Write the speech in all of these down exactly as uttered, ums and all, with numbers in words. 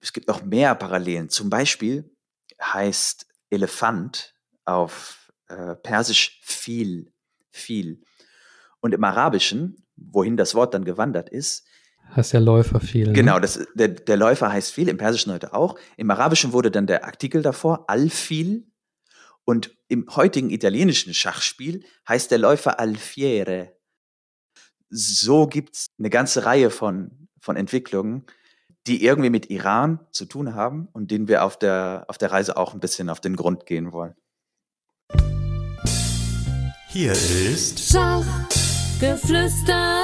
es gibt noch mehr Parallelen. Zum Beispiel heißt Elefant auf äh, Persisch viel, viel. Und im Arabischen, wohin das Wort dann gewandert ist, heißt ja Läufer viel, genau, ne? das, der, der Läufer heißt viel, im Persischen heute auch. Im Arabischen wurde dann der Artikel davor, al-fil. Und im heutigen italienischen Schachspiel heißt der Läufer Alfiere. So gibt es eine ganze Reihe von, von Entwicklungen, die irgendwie mit Iran zu tun haben und denen wir auf der, auf der Reise auch ein bisschen auf den Grund gehen wollen. Hier ist Schachgeflüster.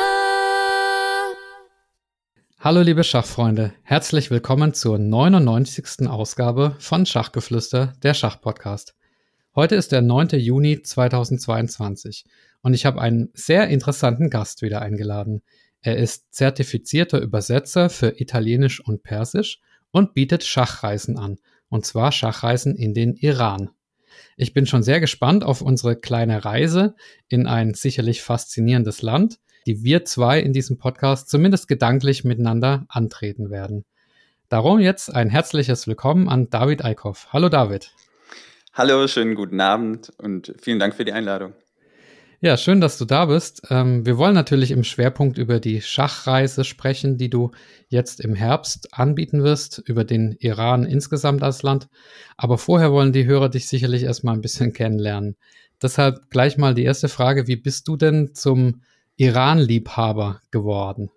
Hallo liebe Schachfreunde, herzlich willkommen zur neunundneunzigsten Ausgabe von Schachgeflüster, der Schachpodcast. Heute ist der neunte Juni zweitausendzweiundzwanzig und ich habe einen sehr interessanten Gast wieder eingeladen. Er ist zertifizierter Übersetzer für Italienisch und Persisch und bietet Schachreisen an, und zwar Schachreisen in den Iran. Ich bin schon sehr gespannt auf unsere kleine Reise in ein sicherlich faszinierendes Land, die wir zwei in diesem Podcast zumindest gedanklich miteinander antreten werden. Darum jetzt ein herzliches Willkommen an David Eickhoff. Hallo David. Hallo, schönen guten Abend und vielen Dank für die Einladung. Ja, schön, dass du da bist. Ähm, wir wollen natürlich im Schwerpunkt über die Schachreise sprechen, die du jetzt im Herbst anbieten wirst, über den Iran insgesamt als Land. Aber vorher wollen die Hörer dich sicherlich erstmal ein bisschen kennenlernen. Deshalb gleich mal die erste Frage: Wie bist du denn zum Iran-Liebhaber geworden?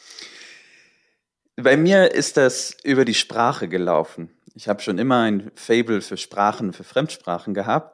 Bei mir ist das über die Sprache gelaufen. Ich habe schon immer ein Faible für Sprachen, für Fremdsprachen gehabt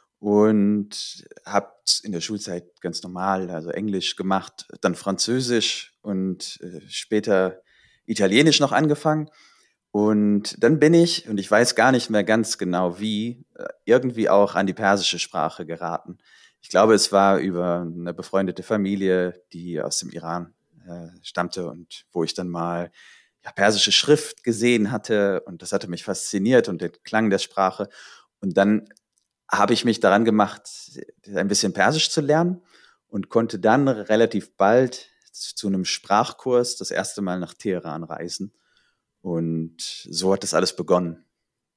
und habe in der Schulzeit ganz normal, also Englisch gemacht, dann Französisch und äh, später Italienisch noch angefangen. Und dann bin ich, und ich weiß gar nicht mehr ganz genau wie, äh, irgendwie auch an die persische Sprache geraten. Ich glaube, es war über eine befreundete Familie, die aus dem Iran äh, stammte und wo ich dann mal ja, persische Schrift gesehen hatte und das hatte mich fasziniert und den Klang der Sprache. Und dann habe ich mich daran gemacht, ein bisschen Persisch zu lernen und konnte dann relativ bald zu einem Sprachkurs das erste Mal nach Teheran reisen. Und so hat das alles begonnen.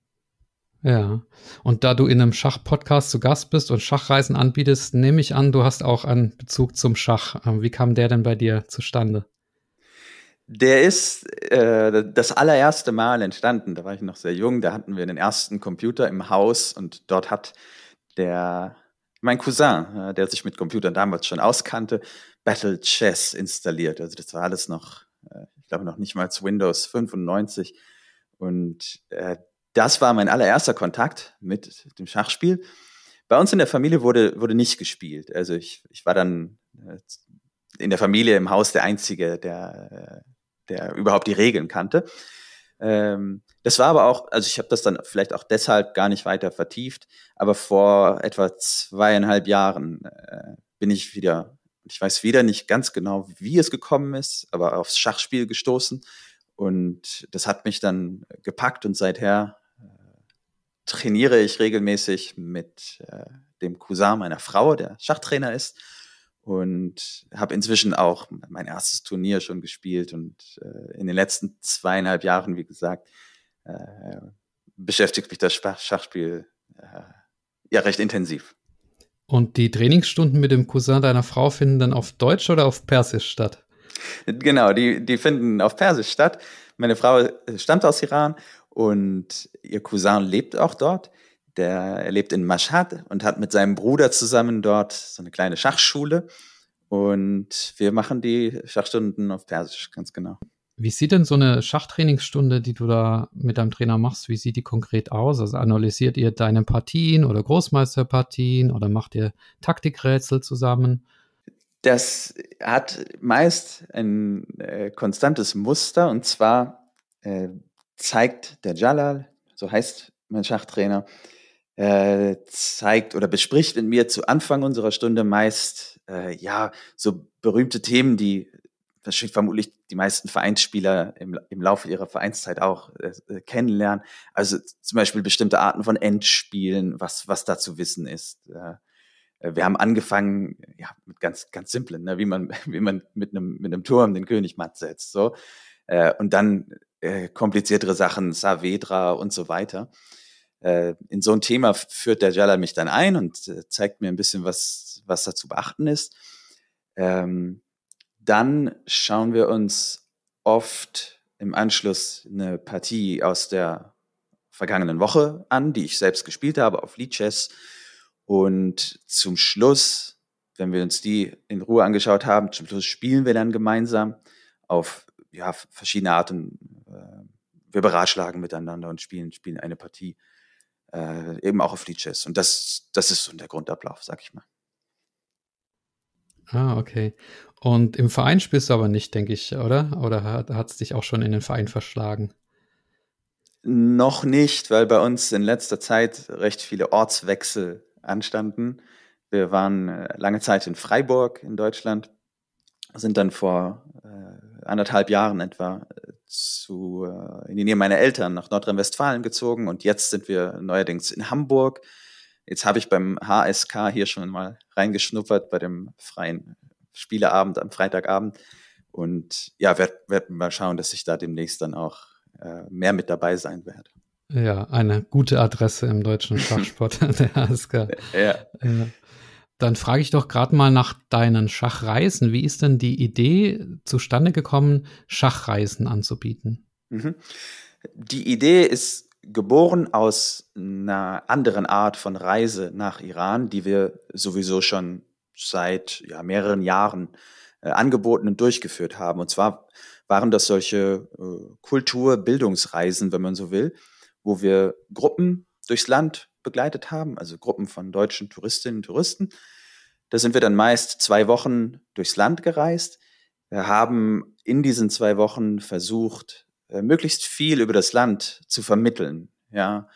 Ja, und da du in einem Schachpodcast zu Gast bist und Schachreisen anbietest, nehme ich an, du hast auch einen Bezug zum Schach. Wie kam der denn bei dir zustande? Der ist äh, das allererste Mal entstanden, da war ich noch sehr jung, da hatten wir den ersten Computer im Haus und dort hat der, mein Cousin, äh, der sich mit Computern damals schon auskannte, Battle Chess installiert. Also das war alles noch, äh, ich glaube noch nicht mal Windows fünfundneunzig und äh, das war mein allererster Kontakt mit dem Schachspiel. Bei uns in der Familie wurde, wurde nicht gespielt. Also ich, ich war dann äh, in der Familie im Haus der Einzige, der, der überhaupt die Regeln kannte. Ähm, das war aber auch, also ich habe das dann vielleicht auch deshalb gar nicht weiter vertieft, aber vor etwa zweieinhalb Jahren äh, bin ich wieder, ich weiß wieder nicht ganz genau, wie es gekommen ist, aber aufs Schachspiel gestoßen und das hat mich dann gepackt und seither trainiere ich regelmäßig mit äh, dem Cousin meiner Frau, der Schachtrainer ist und habe inzwischen auch mein erstes Turnier schon gespielt und äh, in den letzten zweieinhalb Jahren, wie gesagt, äh, beschäftigt mich das Schachspiel äh, ja recht intensiv. Und die Trainingsstunden mit dem Cousin deiner Frau finden dann auf Deutsch oder auf Persisch statt? Genau, die, die finden auf Persisch statt. Meine Frau stammt aus Iran und ihr Cousin lebt auch dort. Der, er lebt in Mashhad und hat mit seinem Bruder zusammen dort so eine kleine Schachschule. Und wir machen die Schachstunden auf Persisch, ganz genau. Wie sieht denn so eine Schachtrainingsstunde, die du da mit deinem Trainer machst, wie sieht die konkret aus? Also analysiert ihr deine Partien oder Großmeisterpartien oder macht ihr Taktikrätsel zusammen? Das hat meist ein äh, konstantes Muster und zwar äh, zeigt der Jalal, so heißt mein Schachtrainer, äh, zeigt oder bespricht mit mir zu Anfang unserer Stunde meist äh, ja so berühmte Themen, die vermutlich die meisten Vereinsspieler im, im Laufe ihrer Vereinszeit auch äh, kennenlernen. Also zum Beispiel bestimmte Arten von Endspielen, was was da zu wissen ist. Äh, wir haben angefangen, ja, mit ganz, ganz simplen, ne, wie man, wie man mit einem, mit einem Turm den König matt setzt, so. Äh, und dann äh, kompliziertere Sachen, Saavedra und so weiter. Äh, in so ein Thema führt der Jalal mich dann ein und äh, zeigt mir ein bisschen, was, was da zu beachten ist. Ähm, dann schauen wir uns oft im Anschluss eine Partie aus der vergangenen Woche an, die ich selbst gespielt habe auf Lichess. Und zum Schluss, wenn wir uns die in Ruhe angeschaut haben, zum Schluss spielen wir dann gemeinsam auf ja, verschiedene Arten. Äh, wir beratschlagen miteinander und spielen, spielen eine Partie äh, eben auch auf Lichess. Und das, das ist so der Grundablauf, sag ich mal. Ah, okay. Und im Verein spielst du aber nicht, denke ich, oder? Oder hat es dich auch schon in den Verein verschlagen? Noch nicht, weil bei uns in letzter Zeit recht viele Ortswechsel anstanden. Wir waren äh, lange Zeit in Freiburg in Deutschland, sind dann vor äh, anderthalb Jahren etwa äh, zu, äh, in die Nähe meiner Eltern nach Nordrhein-Westfalen gezogen und jetzt sind wir neuerdings in Hamburg. Jetzt habe ich beim H S K hier schon mal reingeschnuppert bei dem freien Spieleabend am Freitagabend und ja, werde werd mal schauen, dass ich da demnächst dann auch äh, mehr mit dabei sein werde. Ja, eine gute Adresse im deutschen Schachsport, der H S K. Ja. Ja. Dann frage ich doch gerade mal nach deinen Schachreisen. Wie ist denn die Idee zustande gekommen, Schachreisen anzubieten? Mhm. Die Idee ist geboren aus einer anderen Art von Reise nach Iran, die wir sowieso schon seit ja, mehreren Jahren äh, angeboten und durchgeführt haben. Und zwar waren das solche äh, Kultur-Bildungsreisen, wenn man so will, wo wir Gruppen durchs Land begleitet haben, also Gruppen von deutschen Touristinnen und Touristen. Da sind wir dann meist zwei Wochen durchs Land gereist. Wir haben in diesen zwei Wochen versucht, äh, möglichst viel über das Land zu vermitteln, ja.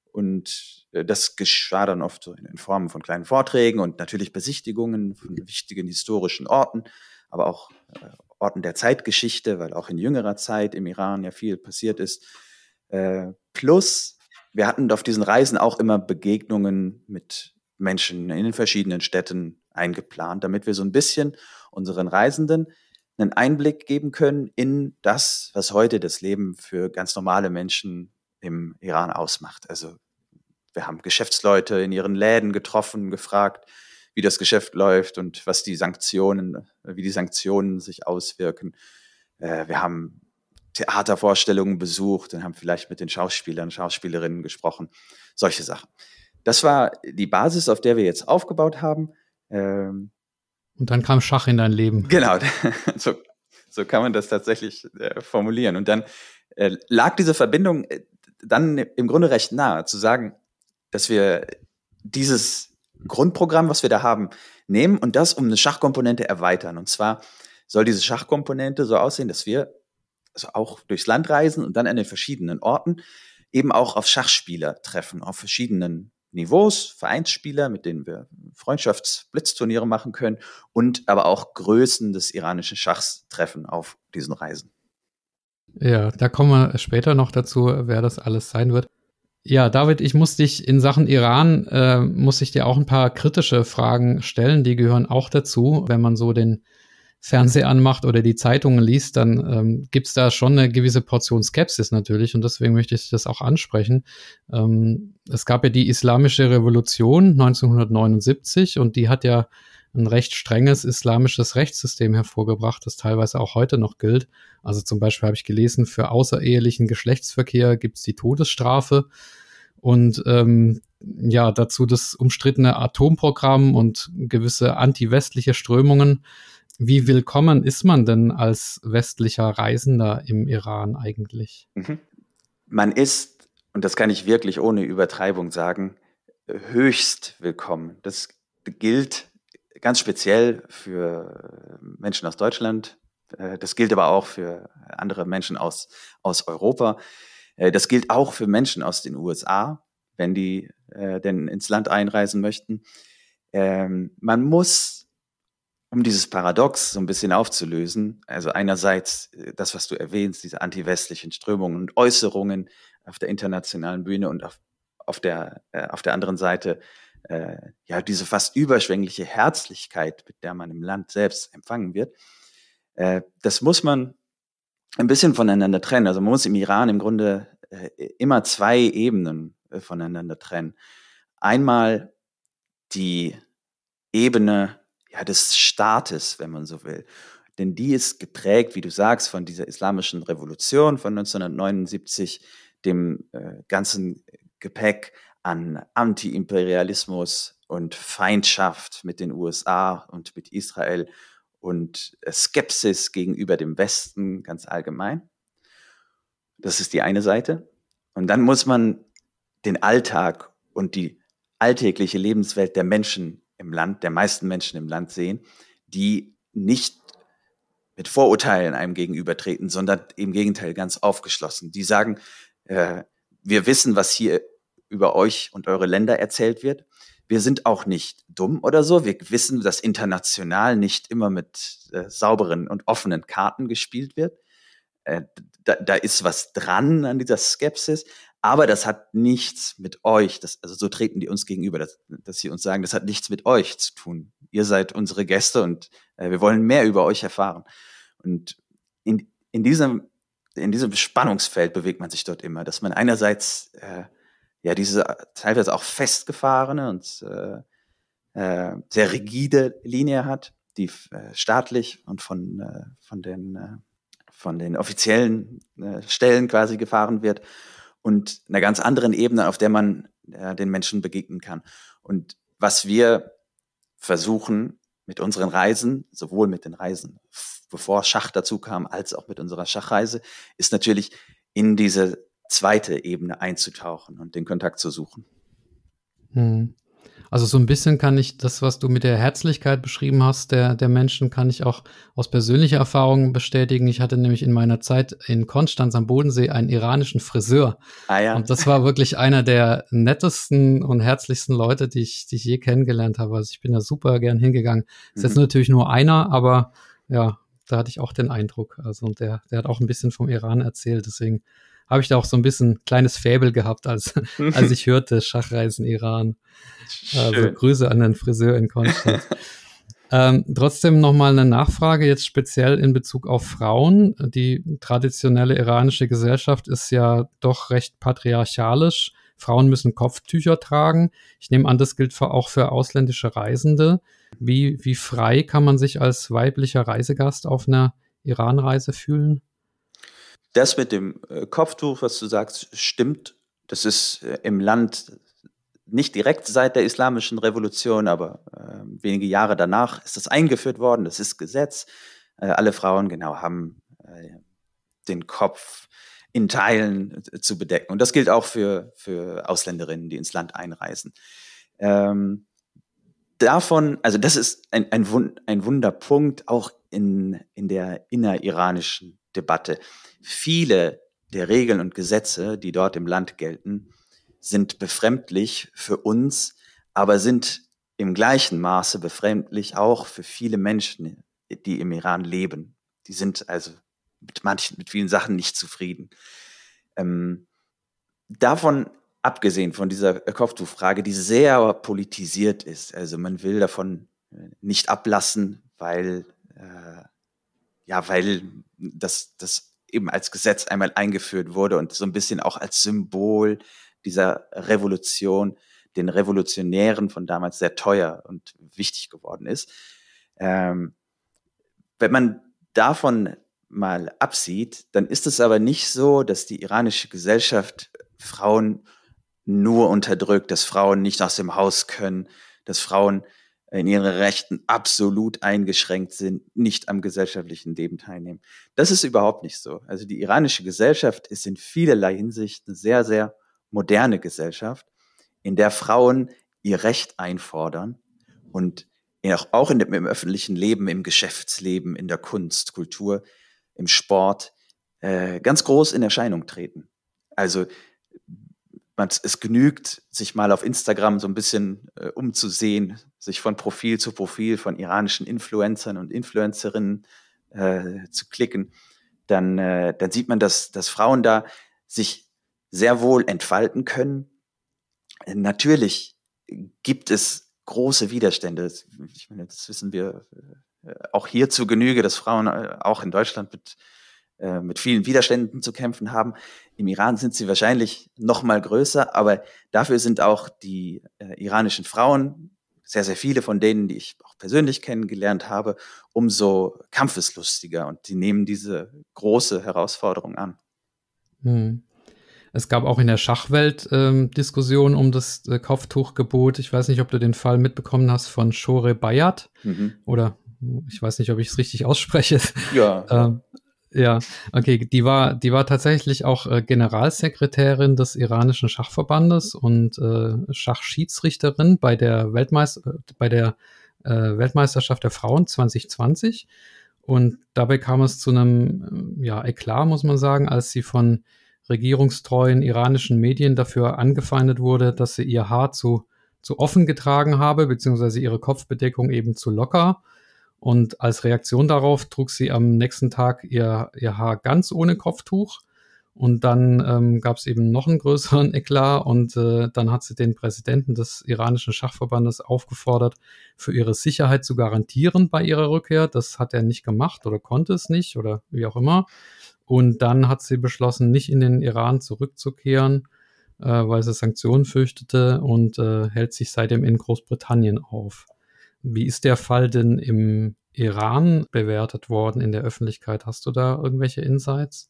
Und äh, das geschah dann oft so in, in Form von kleinen Vorträgen und natürlich Besichtigungen von wichtigen historischen Orten, aber auch äh, Orten der Zeitgeschichte, weil auch in jüngerer Zeit im Iran ja viel passiert ist. Äh, plus, wir hatten auf diesen Reisen auch immer Begegnungen mit Menschen in den verschiedenen Städten eingeplant, damit wir so ein bisschen unseren Reisenden einen Einblick geben können in das, was heute das Leben für ganz normale Menschen im Iran ausmacht. Also wir haben Geschäftsleute in ihren Läden getroffen, gefragt, wie das Geschäft läuft und was die Sanktionen, wie die Sanktionen sich auswirken. Äh, wir haben Theatervorstellungen besucht und haben vielleicht mit den Schauspielern, Schauspielerinnen gesprochen. Solche Sachen. Das war die Basis, auf der wir jetzt aufgebaut haben. Ähm, Und dann kam Schach in dein Leben. Genau, so, so kann man das tatsächlich äh, formulieren. Und dann äh, lag diese Verbindung äh, dann im Grunde recht nahe, zu sagen, dass wir dieses Grundprogramm, was wir da haben, nehmen und das um eine Schachkomponente erweitern. Und zwar soll diese Schachkomponente so aussehen, dass wir also auch durchs Land reisen und dann an den verschiedenen Orten eben auch auf Schachspieler treffen, auf verschiedenen Niveaus, Vereinsspieler, mit denen wir Freundschafts-Blitzturniere machen können und aber auch Größen des iranischen Schachs treffen auf diesen Reisen. Ja, da kommen wir später noch dazu, wer das alles sein wird. Ja, David, ich muss dich in Sachen Iran, äh, muss ich dir auch ein paar kritische Fragen stellen, die gehören auch dazu. Wenn man so den Fernseher anmacht oder die Zeitungen liest, dann ähm, gibt es da schon eine gewisse Portion Skepsis natürlich und deswegen möchte ich das auch ansprechen. Ähm, es gab ja die Islamische Revolution neunzehnhundertneunundsiebzig und die hat ja ein recht strenges islamisches Rechtssystem hervorgebracht, das teilweise auch heute noch gilt. Also zum Beispiel habe ich gelesen, für außerehelichen Geschlechtsverkehr gibt es die Todesstrafe und ähm, ja, dazu das umstrittene Atomprogramm und gewisse anti-westliche Strömungen. Wie willkommen ist man denn als westlicher Reisender im Iran eigentlich? Mhm. Man ist, und das kann ich wirklich ohne Übertreibung sagen, höchst willkommen. Das gilt ganz speziell für Menschen aus Deutschland. Das gilt aber auch für andere Menschen aus, aus Europa. Das gilt auch für Menschen aus den U S A, wenn die äh, denn ins Land einreisen möchten. Ähm, man muss, um dieses Paradox so ein bisschen aufzulösen, also einerseits das, was du erwähnst, diese anti-westlichen Strömungen und Äußerungen auf der internationalen Bühne und auf, auf, der, äh, auf der anderen Seite äh, ja diese fast überschwängliche Herzlichkeit, mit der man im Land selbst empfangen wird. Äh, das muss man ein bisschen voneinander trennen. Also man muss im Iran im Grunde äh, immer zwei Ebenen äh, voneinander trennen. Einmal die Ebene ja, des Staates, wenn man so will. Denn die ist geprägt, wie du sagst, von dieser islamischen Revolution von neunzehnhundertneunundsiebzig, dem äh, ganzen Gepäck an Anti-Imperialismus und Feindschaft mit den U S A und mit Israel und äh, Skepsis gegenüber dem Westen ganz allgemein. Das ist die eine Seite. Und dann muss man den Alltag und die alltägliche Lebenswelt der Menschen im Land, der meisten Menschen im Land sehen, die nicht mit Vorurteilen einem gegenübertreten, sondern im Gegenteil ganz aufgeschlossen. Die sagen, äh, wir wissen, was hier über euch und eure Länder erzählt wird. Wir sind auch nicht dumm oder so. Wir wissen, dass international nicht immer mit äh, sauberen und offenen Karten gespielt wird. Äh, da, da ist was dran an dieser Skepsis, aber das hat nichts mit euch, das, also so treten die uns gegenüber, dass, dass sie uns sagen, das hat nichts mit euch zu tun. Ihr seid unsere Gäste und äh, wir wollen mehr über euch erfahren. Und in, in, diesem, in diesem Spannungsfeld bewegt man sich dort immer, dass man einerseits äh, ja diese teilweise auch festgefahrene und äh, äh, sehr rigide Linie hat, die äh, staatlich und von, äh, von den äh, von den offiziellen äh, Stellen quasi gefahren wird und einer ganz anderen Ebene, auf der man äh, den Menschen begegnen kann. Und was wir versuchen mit unseren Reisen, sowohl mit den Reisen, bevor Schach dazu kam, als auch mit unserer Schachreise, ist natürlich in diese zweite Ebene einzutauchen und den Kontakt zu suchen. Hm. Also so ein bisschen kann ich das, was du mit der Herzlichkeit beschrieben hast, der, der Menschen, kann ich auch aus persönlicher Erfahrung bestätigen. Ich hatte nämlich in meiner Zeit in Konstanz am Bodensee einen iranischen Friseur. Ah ja. Und das war wirklich einer der nettesten und herzlichsten Leute, die ich, die ich je kennengelernt habe. Also ich bin da super gern hingegangen. Ist Mhm. jetzt natürlich nur einer, aber ja, da hatte ich auch den Eindruck. Also und der, der hat auch ein bisschen vom Iran erzählt. Deswegen habe ich da auch so ein bisschen kleines Faible gehabt, als, als ich hörte Schachreisen Iran. Also Schön. Grüße an den Friseur in Konstanz. ähm, trotzdem nochmal eine Nachfrage, jetzt speziell in Bezug auf Frauen. Die traditionelle iranische Gesellschaft ist ja doch recht patriarchalisch. Frauen müssen Kopftücher tragen. Ich nehme an, das gilt für, auch für ausländische Reisende. Wie, wie frei kann man sich als weiblicher Reisegast auf einer Iranreise fühlen? Das mit dem äh, Kopftuch, was du sagst, stimmt. Das ist äh, im Land nicht direkt seit der Islamischen Revolution, aber äh, wenige Jahre danach ist das eingeführt worden. Das ist Gesetz. Äh, alle Frauen genau haben äh, den Kopf in Teilen äh, zu bedecken. Und das gilt auch für, für Ausländerinnen, die ins Land einreisen. Ähm, davon, also das ist ein, ein, Wund, ein Wunderpunkt auch in, in der inneriranischen Debatte. Viele der Regeln und Gesetze, die dort im Land gelten, sind befremdlich für uns, aber sind im gleichen Maße befremdlich auch für viele Menschen, die im Iran leben. Die sind also mit manchen, mit vielen Sachen nicht zufrieden. Ähm, davon abgesehen von dieser Kopftuchfrage, die sehr politisiert ist, also man will davon nicht ablassen, weil äh, ja, weil das, das eben als Gesetz einmal eingeführt wurde und so ein bisschen auch als Symbol dieser Revolution, den Revolutionären von damals sehr teuer und wichtig geworden ist. Ähm, wenn man davon mal absieht, dann ist es aber nicht so, dass die iranische Gesellschaft Frauen nur unterdrückt, dass Frauen nicht aus dem Haus können, dass Frauen in ihren Rechten absolut eingeschränkt sind, nicht am gesellschaftlichen Leben teilnehmen. Das ist überhaupt nicht so. Also die iranische Gesellschaft ist in vielerlei Hinsicht eine sehr, sehr moderne Gesellschaft, in der Frauen ihr Recht einfordern und auch in dem, im öffentlichen Leben, im Geschäftsleben, in der Kunst, Kultur, im Sport äh, ganz groß in Erscheinung treten. Also man, es genügt, sich mal auf Instagram so ein bisschen äh, umzusehen, sich von Profil zu Profil von iranischen Influencern und Influencerinnen äh, zu klicken, dann, äh, dann sieht man, dass, dass Frauen da sich sehr wohl entfalten können. Äh, natürlich gibt es große Widerstände. Ich meine, das wissen wir äh, auch hier zu Genüge, dass Frauen äh, auch in Deutschland mit äh, mit vielen Widerständen zu kämpfen haben. Im Iran sind sie wahrscheinlich noch mal größer, aber dafür sind auch die äh, iranischen Frauen, sehr, sehr viele von denen, die ich auch persönlich kennengelernt habe, umso kampfeslustiger und die nehmen diese große Herausforderung an. Hm. Es gab auch in der Schachwelt ähm, Diskussionen um das äh, Kopftuchgebot. Ich weiß nicht, ob du den Fall mitbekommen hast von Shore Bayat. Mhm. Oder ich weiß nicht, ob ich es richtig ausspreche. Ja. ähm, ja, okay. Die war, die war tatsächlich auch äh, Generalsekretärin des iranischen Schachverbandes und äh, Schachschiedsrichterin bei der Weltmeister, bei der äh, Weltmeisterschaft der Frauen zwanzig zwanzig. Und dabei kam es zu einem ja, Eklat, muss man sagen, als sie von regierungstreuen iranischen Medien dafür angefeindet wurde, dass sie ihr Haar zu, zu offen getragen habe, beziehungsweise ihre Kopfbedeckung eben zu locker. Und als Reaktion darauf trug sie am nächsten Tag ihr, ihr Haar ganz ohne Kopftuch. Und dann ähm, gab es eben noch einen größeren Eklat und äh, dann hat sie den Präsidenten des iranischen Schachverbandes aufgefordert, für ihre Sicherheit zu garantieren bei ihrer Rückkehr. Das hat er nicht gemacht oder konnte es nicht oder wie auch immer. Und dann hat sie beschlossen, nicht in den Iran zurückzukehren, äh, weil sie Sanktionen fürchtete und äh, hält sich seitdem in Großbritannien auf. Wie ist der Fall denn im Iran bewertet worden in der Öffentlichkeit? Hast du da irgendwelche Insights?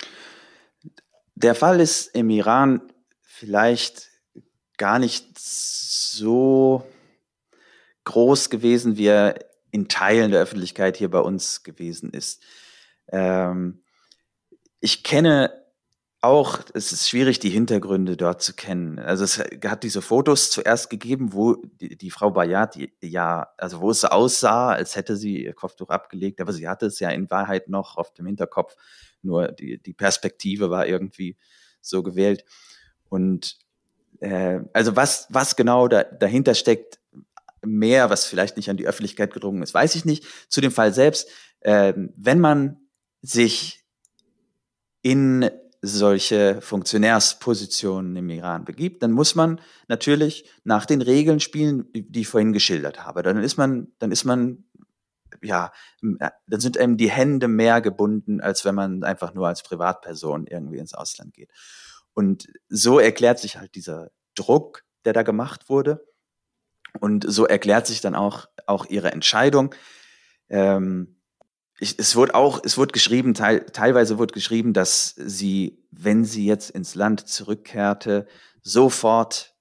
Der Fall ist im Iran vielleicht gar nicht so groß gewesen, wie er in Teilen der Öffentlichkeit hier bei uns gewesen ist. Ähm, ich kenne auch, es ist schwierig, die Hintergründe dort zu kennen. Also es hat diese Fotos zuerst gegeben, wo die, die Frau Bayat, die, ja, also wo es so aussah, als hätte sie ihr Kopftuch abgelegt, aber sie hatte es ja in Wahrheit noch auf dem Hinterkopf. Nur die, die Perspektive war irgendwie so gewählt. Und äh, also was, was genau da, dahinter steckt, mehr, was vielleicht nicht an die Öffentlichkeit gedrungen ist, weiß ich nicht. Zu dem Fall selbst, äh, wenn man sich in solche Funktionärspositionen im Iran begibt, dann muss man natürlich nach den Regeln spielen, die ich vorhin geschildert habe. Dann ist man, dann ist man, ja, dann sind einem die Hände mehr gebunden, als wenn man einfach nur als Privatperson irgendwie ins Ausland geht. Und so erklärt sich halt dieser Druck, der da gemacht wurde. Und so erklärt sich dann auch, auch ihre Entscheidung. Ähm, Ich, es wurde auch, es wurde geschrieben, teil, teilweise wurde geschrieben, dass sie, wenn sie jetzt ins Land zurückkehrte, sofort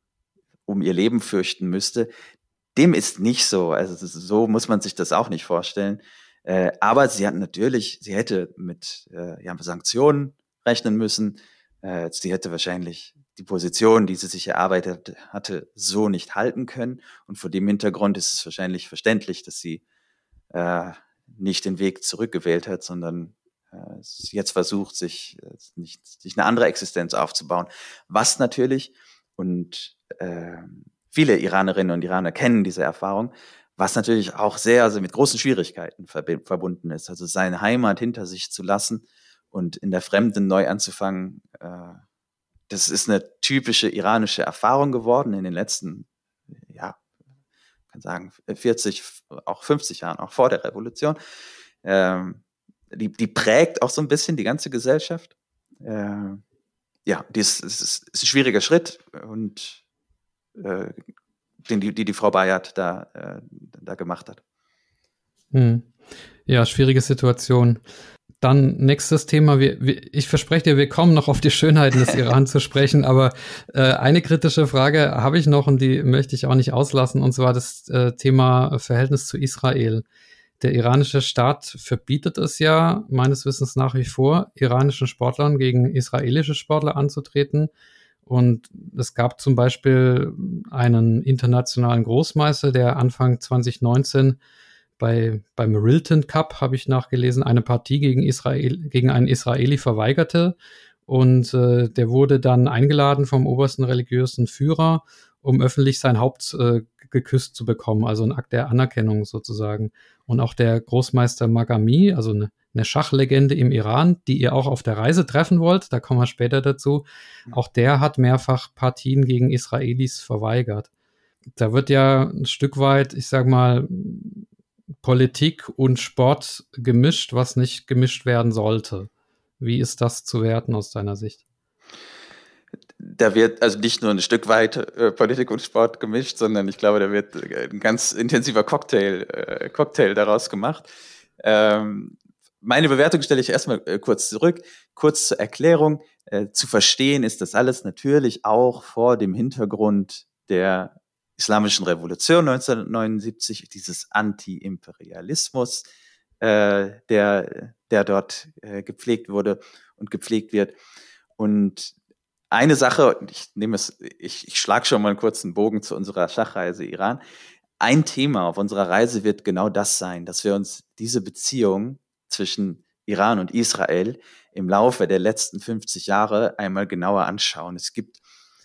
um ihr Leben fürchten müsste. Dem ist nicht so. Also so muss man sich das auch nicht vorstellen. Äh, aber sie hat natürlich, sie hätte mit äh, ja, Sanktionen rechnen müssen. Äh, sie hätte wahrscheinlich die Position, die sie sich erarbeitet hatte, so nicht halten können. Und vor dem Hintergrund ist es wahrscheinlich verständlich, dass sie äh, nicht den Weg zurückgewählt hat, sondern äh, jetzt versucht, sich, äh, nicht, sich eine andere Existenz aufzubauen. Was natürlich, und äh, viele Iranerinnen und Iraner kennen diese Erfahrung, was natürlich auch sehr, also mit großen Schwierigkeiten verb- verbunden ist. Also seine Heimat hinter sich zu lassen und in der Fremde neu anzufangen, äh, das ist eine typische iranische Erfahrung geworden in den letzten, ja, kann sagen, vierzig, auch fünfzig Jahren, auch vor der Revolution. Ähm, die, die prägt auch so ein bisschen die ganze Gesellschaft. Äh, ja, das ist, ist, ist ein schwieriger Schritt und äh, den die, die die Frau Bayat da, äh, da gemacht hat. Hm. Ja, schwierige Situation. Dann nächstes Thema. Wir, wir, ich verspreche dir, wir kommen noch auf die Schönheiten des Iran zu sprechen, aber äh, eine kritische Frage habe ich noch und die möchte ich auch nicht auslassen, und zwar das äh, Thema Verhältnis zu Israel. Der iranische Staat verbietet es ja meines Wissens nach wie vor, iranischen Sportlern gegen israelische Sportler anzutreten. Und es gab zum Beispiel einen internationalen Großmeister, der Anfang zwanzig neunzehn bei, beim Rilton Cup, habe ich nachgelesen, eine Partie gegen Israel, gegen einen Israeli verweigerte. Und äh, der wurde dann eingeladen vom obersten religiösen Führer, um öffentlich sein Haupt äh, geküsst zu bekommen, also ein Akt der Anerkennung sozusagen. Und auch der Großmeister Maghami, also eine, eine Schachlegende im Iran, die ihr auch auf der Reise treffen wollt, da kommen wir später dazu, auch der hat mehrfach Partien gegen Israelis verweigert. Da wird ja ein Stück weit, ich sag mal, Politik und Sport gemischt, was nicht gemischt werden sollte. Wie ist das zu werten aus deiner Sicht? Da wird also nicht nur ein Stück weit äh, Politik und Sport gemischt, sondern ich glaube, da wird ein ganz intensiver Cocktail, äh, Cocktail daraus gemacht. Ähm, meine Bewertung stelle ich erstmal äh, kurz zurück. Kurz zur Erklärung. Äh, zu verstehen ist das alles natürlich auch vor dem Hintergrund der Islamischen Revolution neunzehnhundertneunundsiebzig, dieses Anti-Imperialismus, äh, der, der dort äh, gepflegt wurde und gepflegt wird. Und eine Sache, ich nehme es, ich, ich schlage schon mal einen kurzen Bogen zu unserer Schachreise Iran. Ein Thema auf unserer Reise wird genau das sein, dass wir uns diese Beziehung zwischen Iran und Israel im Laufe der letzten fünfzig Jahre einmal genauer anschauen. Es gibt,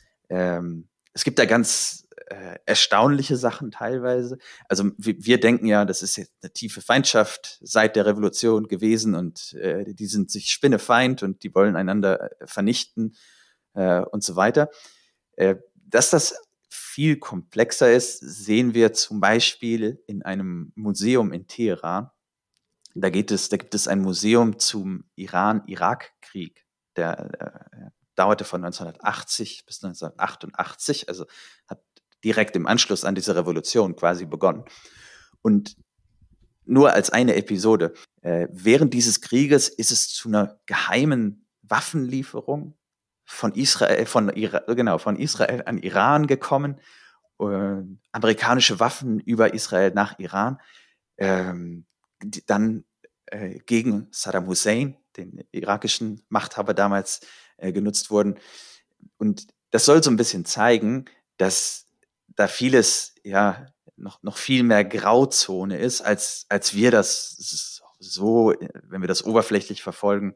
ähm, es gibt da ganz äh, erstaunliche Sachen teilweise. Also wir, wir denken ja, das ist jetzt eine tiefe Feindschaft seit der Revolution gewesen und äh, die sind sich spinnefeind und die wollen einander vernichten äh, und so weiter. Äh, dass das viel komplexer ist, sehen wir zum Beispiel in einem Museum in Teheran. Da geht es, da gibt es ein Museum zum Iran-Irak-Krieg. Der äh, dauerte von neunzehnhundertachtzig bis neunzehnhundertachtundachtzig, also hat direkt im Anschluss an diese Revolution quasi begonnen. Und nur als eine Episode. Äh, während dieses Krieges ist es zu einer geheimen Waffenlieferung von Israel, von Ira, genau, von Israel an Iran gekommen. Äh, amerikanische Waffen über Israel nach Iran. Ähm, die dann äh, gegen Saddam Hussein, den irakischen Machthaber damals, äh, genutzt wurden. Und das soll so ein bisschen zeigen, dass da vieles, ja, noch, noch viel mehr Grauzone ist, als, als wir das so, wenn wir das oberflächlich verfolgen,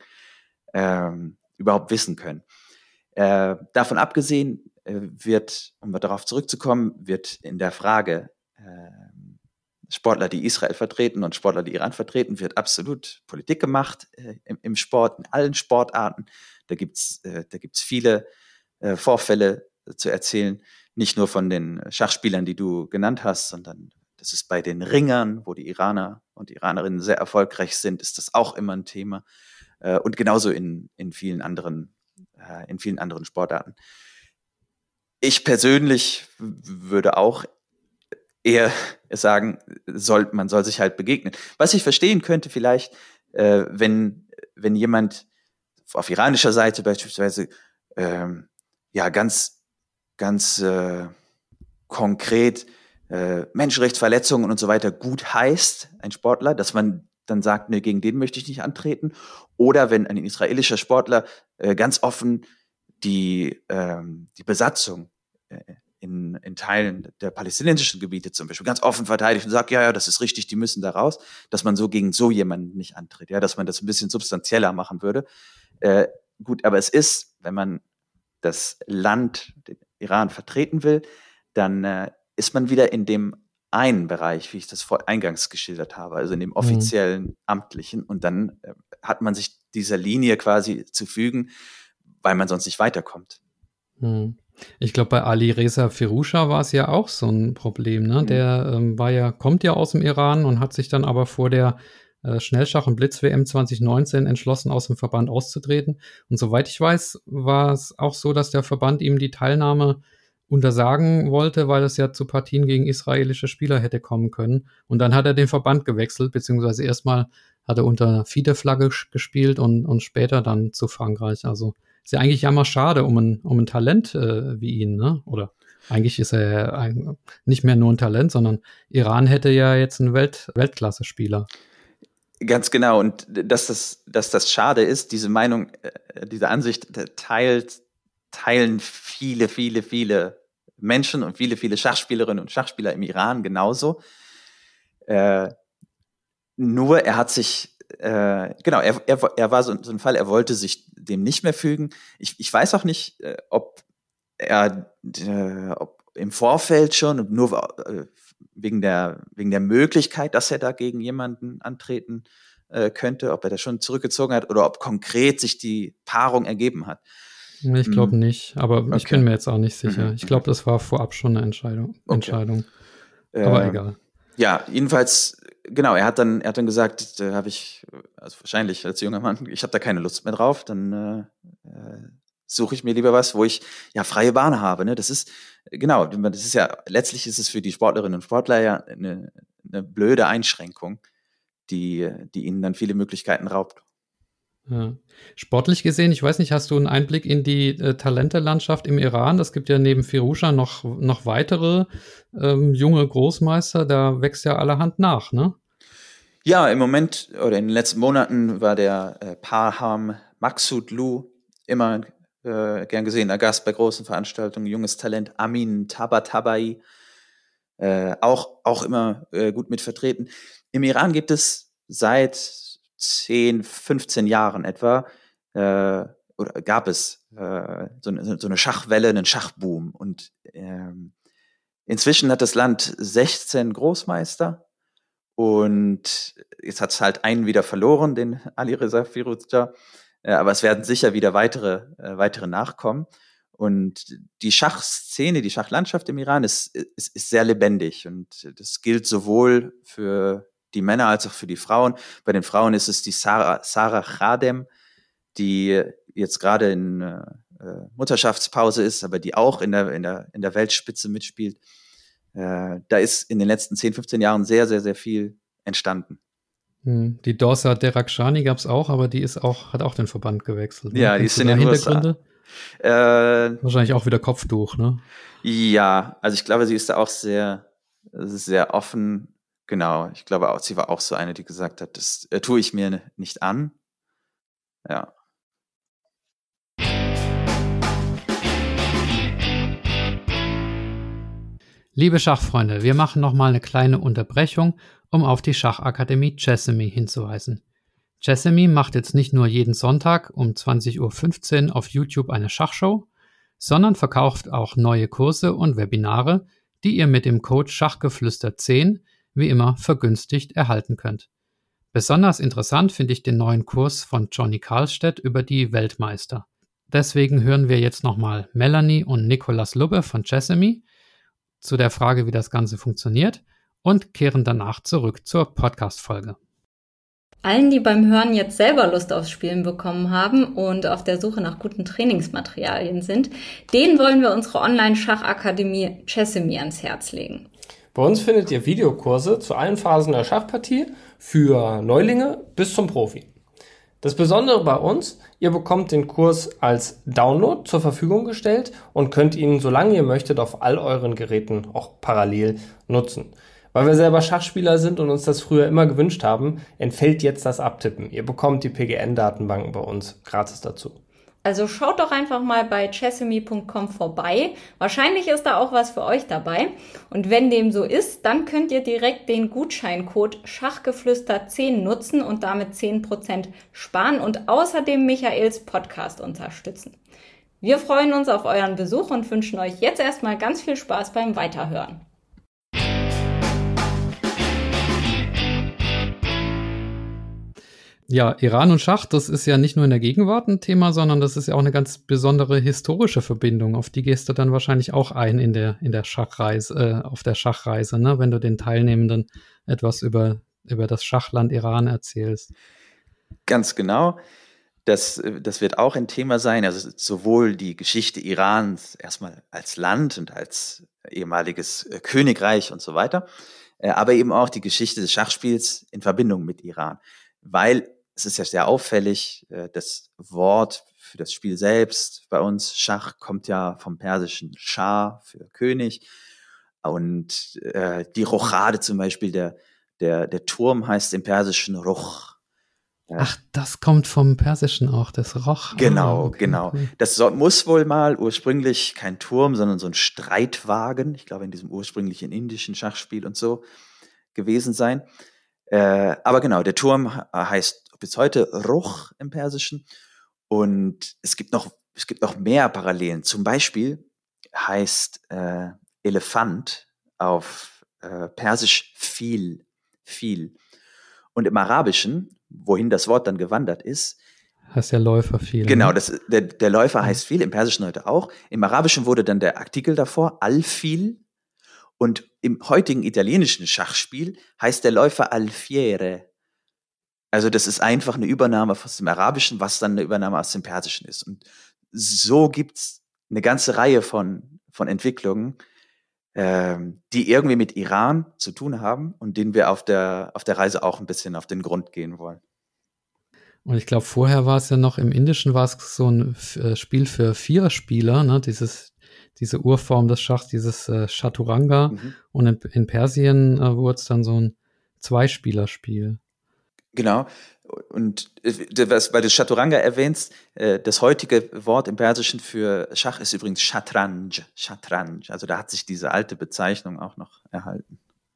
ähm, überhaupt wissen können. Äh, davon abgesehen äh, wird, um darauf zurückzukommen, wird in der Frage, äh, Sportler, die Israel vertreten und Sportler, die Iran vertreten, wird absolut Politik gemacht äh, im, im Sport, in allen Sportarten. Da gibt's äh, da gibt's viele äh, Vorfälle äh, zu erzählen, nicht nur von den Schachspielern, die du genannt hast, sondern das ist bei den Ringern, wo die Iraner und Iranerinnen sehr erfolgreich sind, ist das auch immer ein Thema. Äh, und genauso in, in vielen anderen, äh, in vielen anderen Sportarten. Ich persönlich würde auch eher sagen, soll, man soll sich halt begegnen. Was ich verstehen könnte vielleicht, äh, wenn, wenn jemand auf iranischer Seite beispielsweise ähm, ja ganz, ganz äh, konkret äh, Menschenrechtsverletzungen und so weiter gut heißt, ein Sportler, dass man dann sagt, nee, gegen den möchte ich nicht antreten. Oder wenn ein israelischer Sportler äh, ganz offen die, ähm, die Besatzung äh, In, in Teilen der palästinensischen Gebiete zum Beispiel ganz offen verteidigt und sagt, ja, ja, das ist richtig, die müssen da raus, dass man so gegen so jemanden nicht antritt, ja, dass man das ein bisschen substanzieller machen würde. Äh, gut, aber es ist, wenn man das Land, den Iran vertreten will, dann äh, ist man wieder in dem einen Bereich, wie ich das vor eingangs geschildert habe, also in dem offiziellen, mhm. amtlichen, und dann äh, hat man sich dieser Linie quasi zu fügen, weil man sonst nicht weiterkommt. Mhm. Ich glaube, bei Ali Reza Firusha war es ja auch so ein Problem, ne? Mhm. Der ähm, war ja, kommt ja aus dem Iran und hat sich dann aber vor der äh, Schnellschach- und Blitz-W M zwanzig neunzehn entschlossen, aus dem Verband auszutreten. Und soweit ich weiß, war es auch so, dass der Verband ihm die Teilnahme untersagen wollte, weil es ja zu Partien gegen israelische Spieler hätte kommen können. Und dann hat er den Verband gewechselt, beziehungsweise erstmal hat er unter FIDE-Flagge gespielt und, und später dann zu Frankreich. Also ist ja eigentlich jammer schade um ein, um ein Talent äh, wie ihn, ne? Oder eigentlich ist er ja ein, nicht mehr nur ein Talent, sondern Iran hätte ja jetzt einen Welt, Weltklasse-Spieler. Ganz genau. Und dass das, dass das schade ist, diese Meinung, äh, diese Ansicht teilt, teilen viele, viele, viele Menschen und viele, viele Schachspielerinnen und Schachspieler im Iran genauso. Äh, nur er hat sich Äh, genau, er, er, er war so, so ein Fall, er wollte sich dem nicht mehr fügen. Ich, ich weiß auch nicht, äh, ob er äh, ob im Vorfeld schon, nur äh, wegen der, wegen der Möglichkeit, dass er da gegen jemanden antreten äh, könnte, ob er das schon zurückgezogen hat oder ob konkret sich die Paarung ergeben hat. Ich glaube hm. nicht, aber okay. Ich bin mir jetzt auch nicht sicher. Mhm. Ich glaube, das war vorab schon eine Entscheidung. Okay. Entscheidung. Aber äh, egal. Ja, jedenfalls, genau, er hat dann, er hat dann gesagt, da habe ich, also wahrscheinlich als junger Mann, ich habe da keine Lust mehr drauf, dann äh, äh, suche ich mir lieber was, wo ich ja freie Bahn habe. Ne? Das ist, genau, das ist ja, letztlich ist es für die Sportlerinnen und Sportler ja eine, eine blöde Einschränkung, die, die ihnen dann viele Möglichkeiten raubt. Ja. Sportlich gesehen, ich weiß nicht, hast du einen Einblick in die äh, Talentelandschaft im Iran? Es gibt ja neben Firouzja noch, noch weitere ähm, junge Großmeister, da wächst ja allerhand nach, ne? Ja, im Moment oder in den letzten Monaten war der äh, Parham Maksudlu immer äh, gern gesehener Gast bei großen Veranstaltungen, junges Talent, Amin Tabatabai, äh, auch, auch immer äh, gut mit vertreten. Im Iran gibt es seit zehn, fünfzehn Jahren etwa, äh, oder gab es äh, so, eine, so eine Schachwelle, einen Schachboom. Und ähm, inzwischen hat das Land sechzehn Großmeister und jetzt hat es halt einen wieder verloren, den Alireza Firouzja, äh, aber es werden sicher wieder weitere, äh, weitere nachkommen. Und die Schachszene, die Schachlandschaft im Iran ist, ist, ist sehr lebendig und das gilt sowohl für die Männer als auch für die Frauen. Bei den Frauen ist es die Sarah, Sarah Khadem, die jetzt gerade in äh, Mutterschaftspause ist, aber die auch in der, in der, in der Weltspitze mitspielt. Äh, da ist in den letzten zehn, fünfzehn Jahren sehr, sehr, sehr viel entstanden. Hm. Die Dorsa Derakhshani gab es auch, aber die ist auch, hat auch den Verband gewechselt. Ne? Ja, die Kennst ist du in da den Hintergründe? U S A. Äh, Wahrscheinlich auch wieder Kopftuch, ne? Ja, also ich glaube, sie ist da auch sehr, sehr offen. Genau, ich glaube auch, sie war auch so eine, die gesagt hat, das äh, tue ich mir nicht an. Ja. Liebe Schachfreunde, wir machen nochmal eine kleine Unterbrechung, um auf die Schachakademie Chessamy hinzuweisen. Chessamy macht jetzt nicht nur jeden Sonntag um zwanzig Uhr fünfzehn auf YouTube eine Schachshow, sondern verkauft auch neue Kurse und Webinare, die ihr mit dem Code Schachgeflüster zehn wie immer vergünstigt erhalten könnt. Besonders interessant finde ich den neuen Kurs von Johnny Karlstedt über die Weltmeister. Deswegen hören wir jetzt nochmal Melanie und Nicolas Lubbe von Chessamy zu der Frage, wie das Ganze funktioniert und kehren danach zurück zur Podcast-Folge. Allen, die beim Hören jetzt selber Lust aufs Spielen bekommen haben und auf der Suche nach guten Trainingsmaterialien sind, denen wollen wir unsere Online-Schachakademie Chessamy ans Herz legen. Bei uns findet ihr Videokurse zu allen Phasen der Schachpartie für Neulinge bis zum Profi. Das Besondere bei uns, ihr bekommt den Kurs als Download zur Verfügung gestellt und könnt ihn, solange ihr möchtet, auf all euren Geräten auch parallel nutzen. Weil wir selber Schachspieler sind und uns das früher immer gewünscht haben, entfällt jetzt das Abtippen. Ihr bekommt die P G N-Datenbanken bei uns gratis dazu. Also schaut doch einfach mal bei chessamy punkt com vorbei. Wahrscheinlich ist da auch was für euch dabei. Und wenn dem so ist, dann könnt ihr direkt den Gutscheincode Schachgeflüster zehn nutzen und damit zehn Prozent sparen und außerdem Michaels Podcast unterstützen. Wir freuen uns auf euren Besuch und wünschen euch jetzt erstmal ganz viel Spaß beim Weiterhören. Ja, Iran und Schach, das ist ja nicht nur in der Gegenwart ein Thema, sondern das ist ja auch eine ganz besondere historische Verbindung. Auf die gehst du dann wahrscheinlich auch ein in der, in der Schachreise, äh, auf der Schachreise, ne? Wenn du den Teilnehmenden etwas über, über das Schachland Iran erzählst. Ganz genau. Das, das wird auch ein Thema sein. Also sowohl die Geschichte Irans erstmal als Land und als ehemaliges Königreich und so weiter, aber eben auch die Geschichte des Schachspiels in Verbindung mit Iran. Weil es ist ja sehr auffällig, das Wort für das Spiel selbst bei uns, Schach, kommt ja vom persischen Schah für König. Und äh, die Rochade zum Beispiel, der, der, der Turm heißt im Persischen Roch. Ach, das kommt vom Persischen auch, das Roch. Genau, ah, okay, genau. Okay. Das so, muss wohl mal ursprünglich kein Turm, sondern so ein Streitwagen, ich glaube in diesem ursprünglichen indischen Schachspiel und so gewesen sein. Äh, aber genau, der Turm heißt bis heute Roch im Persischen und es gibt noch, es gibt noch mehr Parallelen. Zum Beispiel heißt äh, Elefant auf äh, Persisch viel, viel. Und im Arabischen, wohin das Wort dann gewandert ist, heißt ja Läufer viel. genau, ne? das, der, der Läufer heißt viel, im Persischen heute auch. Im Arabischen wurde dann der Artikel davor, al-fil, Und im heutigen italienischen Schachspiel heißt der Läufer Alfiere. Also das ist einfach eine Übernahme aus dem Arabischen, was dann eine Übernahme aus dem Persischen ist. Und so gibt's eine ganze Reihe von, von Entwicklungen, ähm, die irgendwie mit Iran zu tun haben und denen wir auf der, auf der Reise auch ein bisschen auf den Grund gehen wollen. Und ich glaube, vorher war es ja noch, im Indischen war es so ein äh, Spiel für vier Spieler, ne? Dieses, diese Urform des Schachs, dieses äh, Chaturanga. Mhm. Und in, in Persien äh, wurde es dann so ein Zweispielerspiel. Genau. Und was, weil du Chaturanga erwähnst, das heutige Wort im Persischen für Schach ist übrigens Shatranj. Shatranj. Also da hat sich diese alte Bezeichnung auch noch erhalten.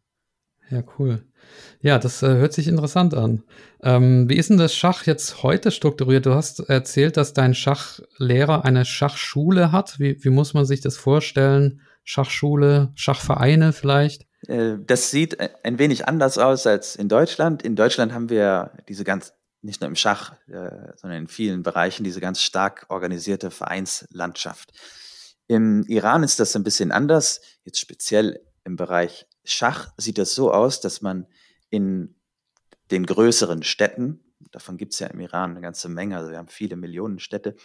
Ja, cool. Ja, das äh, hört sich interessant an. Ähm, wie ist denn das Schach jetzt heute strukturiert? Du hast erzählt, dass dein Schachlehrer eine Schachschule hat. Wie, wie muss man sich das vorstellen? Schachschule, Schachvereine vielleicht? Das sieht ein wenig anders aus als in Deutschland. In Deutschland haben wir diese ganz, nicht nur im Schach, äh, sondern in vielen Bereichen, diese ganz stark organisierte Vereinslandschaft. Im Iran ist das ein bisschen anders. Jetzt speziell im Bereich Schach sieht das so aus, dass man in den größeren Städten, davon gibt es ja im Iran eine ganze Menge, also wir haben viele Millionen Städte,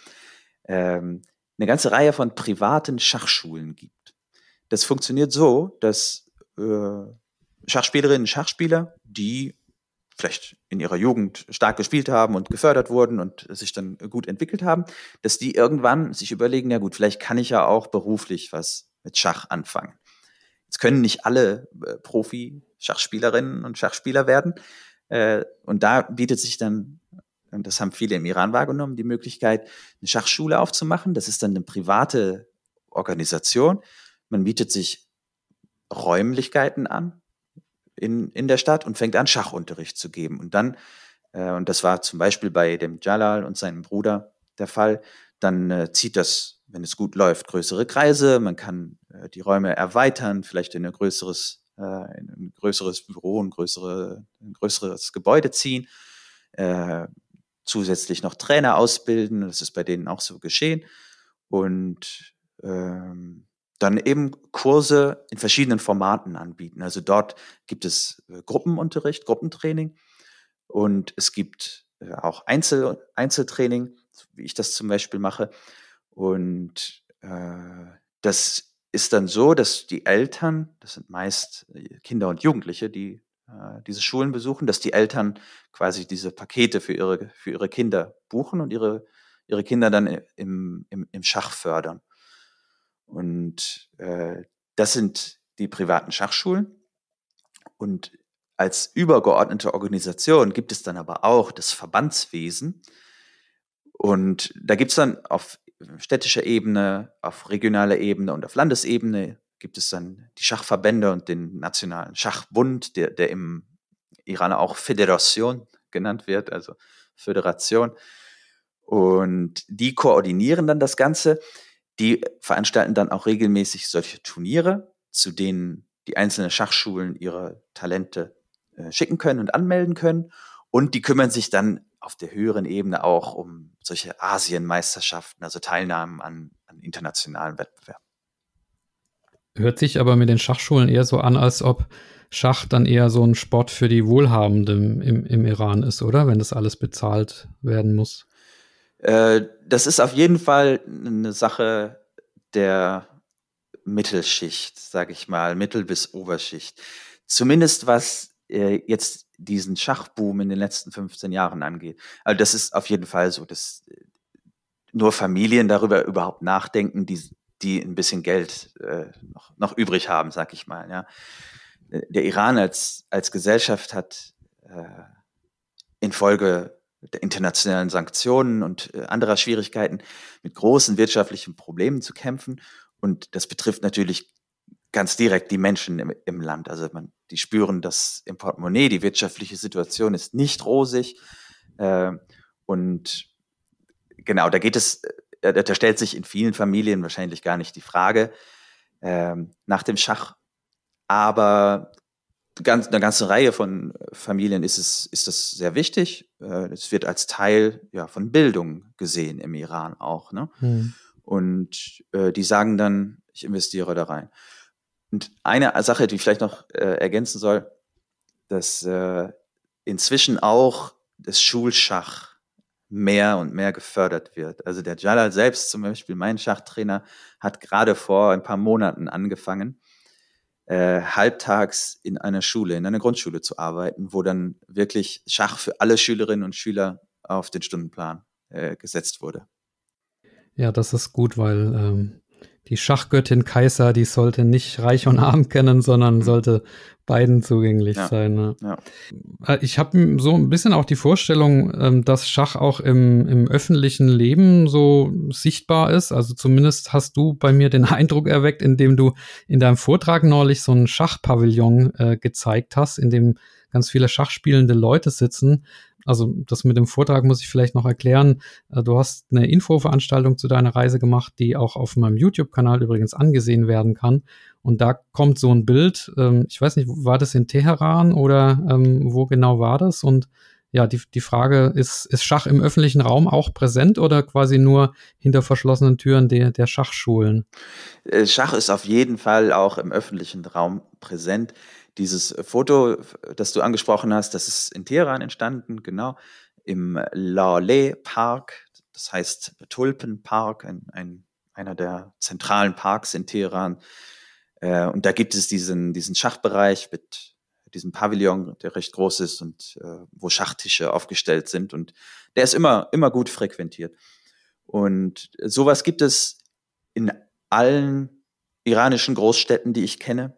ähm, eine ganze Reihe von privaten Schachschulen gibt. Das funktioniert so, dass Schachspielerinnen und Schachspieler, die vielleicht in ihrer Jugend stark gespielt haben und gefördert wurden und sich dann gut entwickelt haben, dass die irgendwann sich überlegen, ja gut, vielleicht kann ich ja auch beruflich was mit Schach anfangen. Jetzt können nicht alle äh, Profi-Schachspielerinnen und Schachspieler werden. Äh, und da bietet sich dann, und das haben viele im Iran wahrgenommen, die Möglichkeit, eine Schachschule aufzumachen. Das ist dann eine private Organisation. Man bietet sich Räumlichkeiten an in, in der Stadt und fängt an, Schachunterricht zu geben. Und dann, äh, und das war zum Beispiel bei dem Jalal und seinem Bruder der Fall, dann äh, zieht das, wenn es gut läuft, größere Kreise. Man kann äh, die Räume erweitern, vielleicht in ein größeres, äh, in ein größeres Büro, ein, größere, ein größeres Gebäude ziehen, äh, zusätzlich noch Trainer ausbilden. Das ist bei denen auch so geschehen. Und ähm, dann eben Kurse in verschiedenen Formaten anbieten. Also dort gibt es äh, Gruppenunterricht, Gruppentraining und es gibt äh, auch Einzel, Einzeltraining, wie ich das zum Beispiel mache. Und äh, das ist dann so, dass die Eltern, das sind meist Kinder und Jugendliche, die äh, diese Schulen besuchen, dass die Eltern quasi diese Pakete für ihre, für ihre Kinder buchen und ihre, ihre Kinder dann im, im, im Schach fördern. Und äh, das sind die privaten Schachschulen. Und als übergeordnete Organisation gibt es dann aber auch das Verbandswesen. Und da gibt es dann auf städtischer Ebene, auf regionaler Ebene und auf Landesebene gibt es dann die Schachverbände und den Nationalen Schachbund, der, der im Iran auch Föderation genannt wird, also Föderation. Und die koordinieren dann das Ganze. Die veranstalten dann auch regelmäßig solche Turniere, zu denen die einzelnen Schachschulen ihre Talente äh, schicken können und anmelden können. Und die kümmern sich dann auf der höheren Ebene auch um solche Asienmeisterschaften, also Teilnahmen an, an internationalen Wettbewerben. Hört sich aber mit den Schachschulen eher so an, als ob Schach dann eher so ein Sport für die Wohlhabenden im, im Iran ist, oder? Wenn das alles bezahlt werden muss. Das ist auf jeden Fall eine Sache der Mittelschicht, sage ich mal, Mittel- bis Oberschicht. Zumindest was äh, jetzt diesen Schachboom in den letzten fünfzehn Jahren angeht. Also das ist auf jeden Fall so, dass nur Familien darüber überhaupt nachdenken, die, die ein bisschen Geld äh, noch, noch übrig haben, sag ich mal. Ja. Der Iran als, als Gesellschaft hat äh, infolge der internationalen Sanktionen und äh, anderer Schwierigkeiten mit großen wirtschaftlichen Problemen zu kämpfen. Und das betrifft natürlich ganz direkt die Menschen im, im Land. Also man, die spüren das im Portemonnaie, die wirtschaftliche Situation ist nicht rosig. Äh, und genau, da geht es, äh, da stellt sich in vielen Familien wahrscheinlich gar nicht die Frage äh, nach dem Schach. Aber ganz, eine ganze Reihe von Familien ist es, ist das sehr wichtig. Es wird als Teil ja, von Bildung gesehen im Iran auch. Ne? Hm. Und äh, die sagen dann, ich investiere da rein. Und eine Sache, die ich vielleicht noch äh, ergänzen soll, dass äh, inzwischen auch das Schulschach mehr und mehr gefördert wird. Also der Jalal selbst zum Beispiel, mein Schachtrainer, hat gerade vor ein paar Monaten angefangen, äh, halbtags in einer Schule, in einer Grundschule zu arbeiten, wo dann wirklich Schach für alle Schülerinnen und Schüler auf den Stundenplan äh, gesetzt wurde. Ja, das ist gut, weil ähm, die Schachgöttin Kaiser, die sollte nicht reich und arm kennen, sondern mhm. sollte beiden zugänglich ja. sein. Ne? Ja. Ich habe so ein bisschen auch die Vorstellung, dass Schach auch im, im öffentlichen Leben so sichtbar ist. Also zumindest hast du bei mir den Eindruck erweckt, indem du in deinem Vortrag neulich so einen Schachpavillon äh, gezeigt hast, in dem ganz viele schachspielende Leute sitzen. Also das mit dem Vortrag muss ich vielleicht noch erklären. Du hast eine Infoveranstaltung zu deiner Reise gemacht, die auch auf meinem YouTube-Kanal übrigens angesehen werden kann. Und da kommt so ein Bild, ähm, ich weiß nicht, war das in Teheran oder ähm, wo genau war das? Und ja, die, die Frage ist, ist Schach im öffentlichen Raum auch präsent oder quasi nur hinter verschlossenen Türen der, der Schachschulen? Schach ist auf jeden Fall auch im öffentlichen Raum präsent. Dieses Foto, das du angesprochen hast, das ist in Teheran entstanden, genau, im Laleh Park, das heißt Tulpenpark, ein, ein, einer der zentralen Parks in Teheran. Äh, und da gibt es diesen, diesen Schachbereich mit diesem Pavillon, der recht groß ist und äh, wo Schachtische aufgestellt sind. Und der ist immer, immer gut frequentiert. Und sowas gibt es in allen iranischen Großstädten, die ich kenne.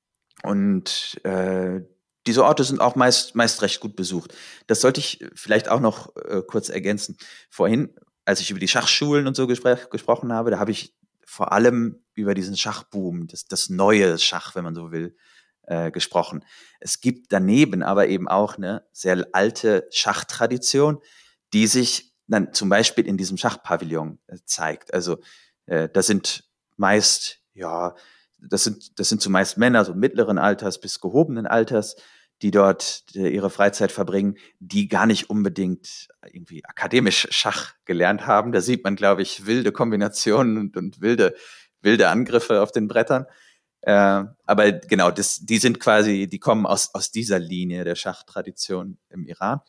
Und äh, diese Orte sind auch meist, meist recht gut besucht. Das sollte ich vielleicht auch noch äh, kurz ergänzen. Vorhin, als ich über die Schachschulen und so gespr- gesprochen habe, da habe ich vor allem über diesen Schachboom, das, das neue Schach, wenn man so will, äh, gesprochen. Es gibt daneben aber eben auch eine sehr alte Schachtradition, die sich dann zum Beispiel in diesem Schachpavillon äh, zeigt. Also äh, da sind meist, ja, Das sind, das sind zumeist Männer, so mittleren Alters bis gehobenen Alters, die dort ihre Freizeit verbringen, die gar nicht unbedingt irgendwie akademisch Schach gelernt haben. Da sieht man, glaube ich, wilde Kombinationen und, und wilde, wilde Angriffe auf den Brettern. Äh, aber genau, das, die sind quasi, die kommen aus, aus dieser Linie der Schachtradition im Iran.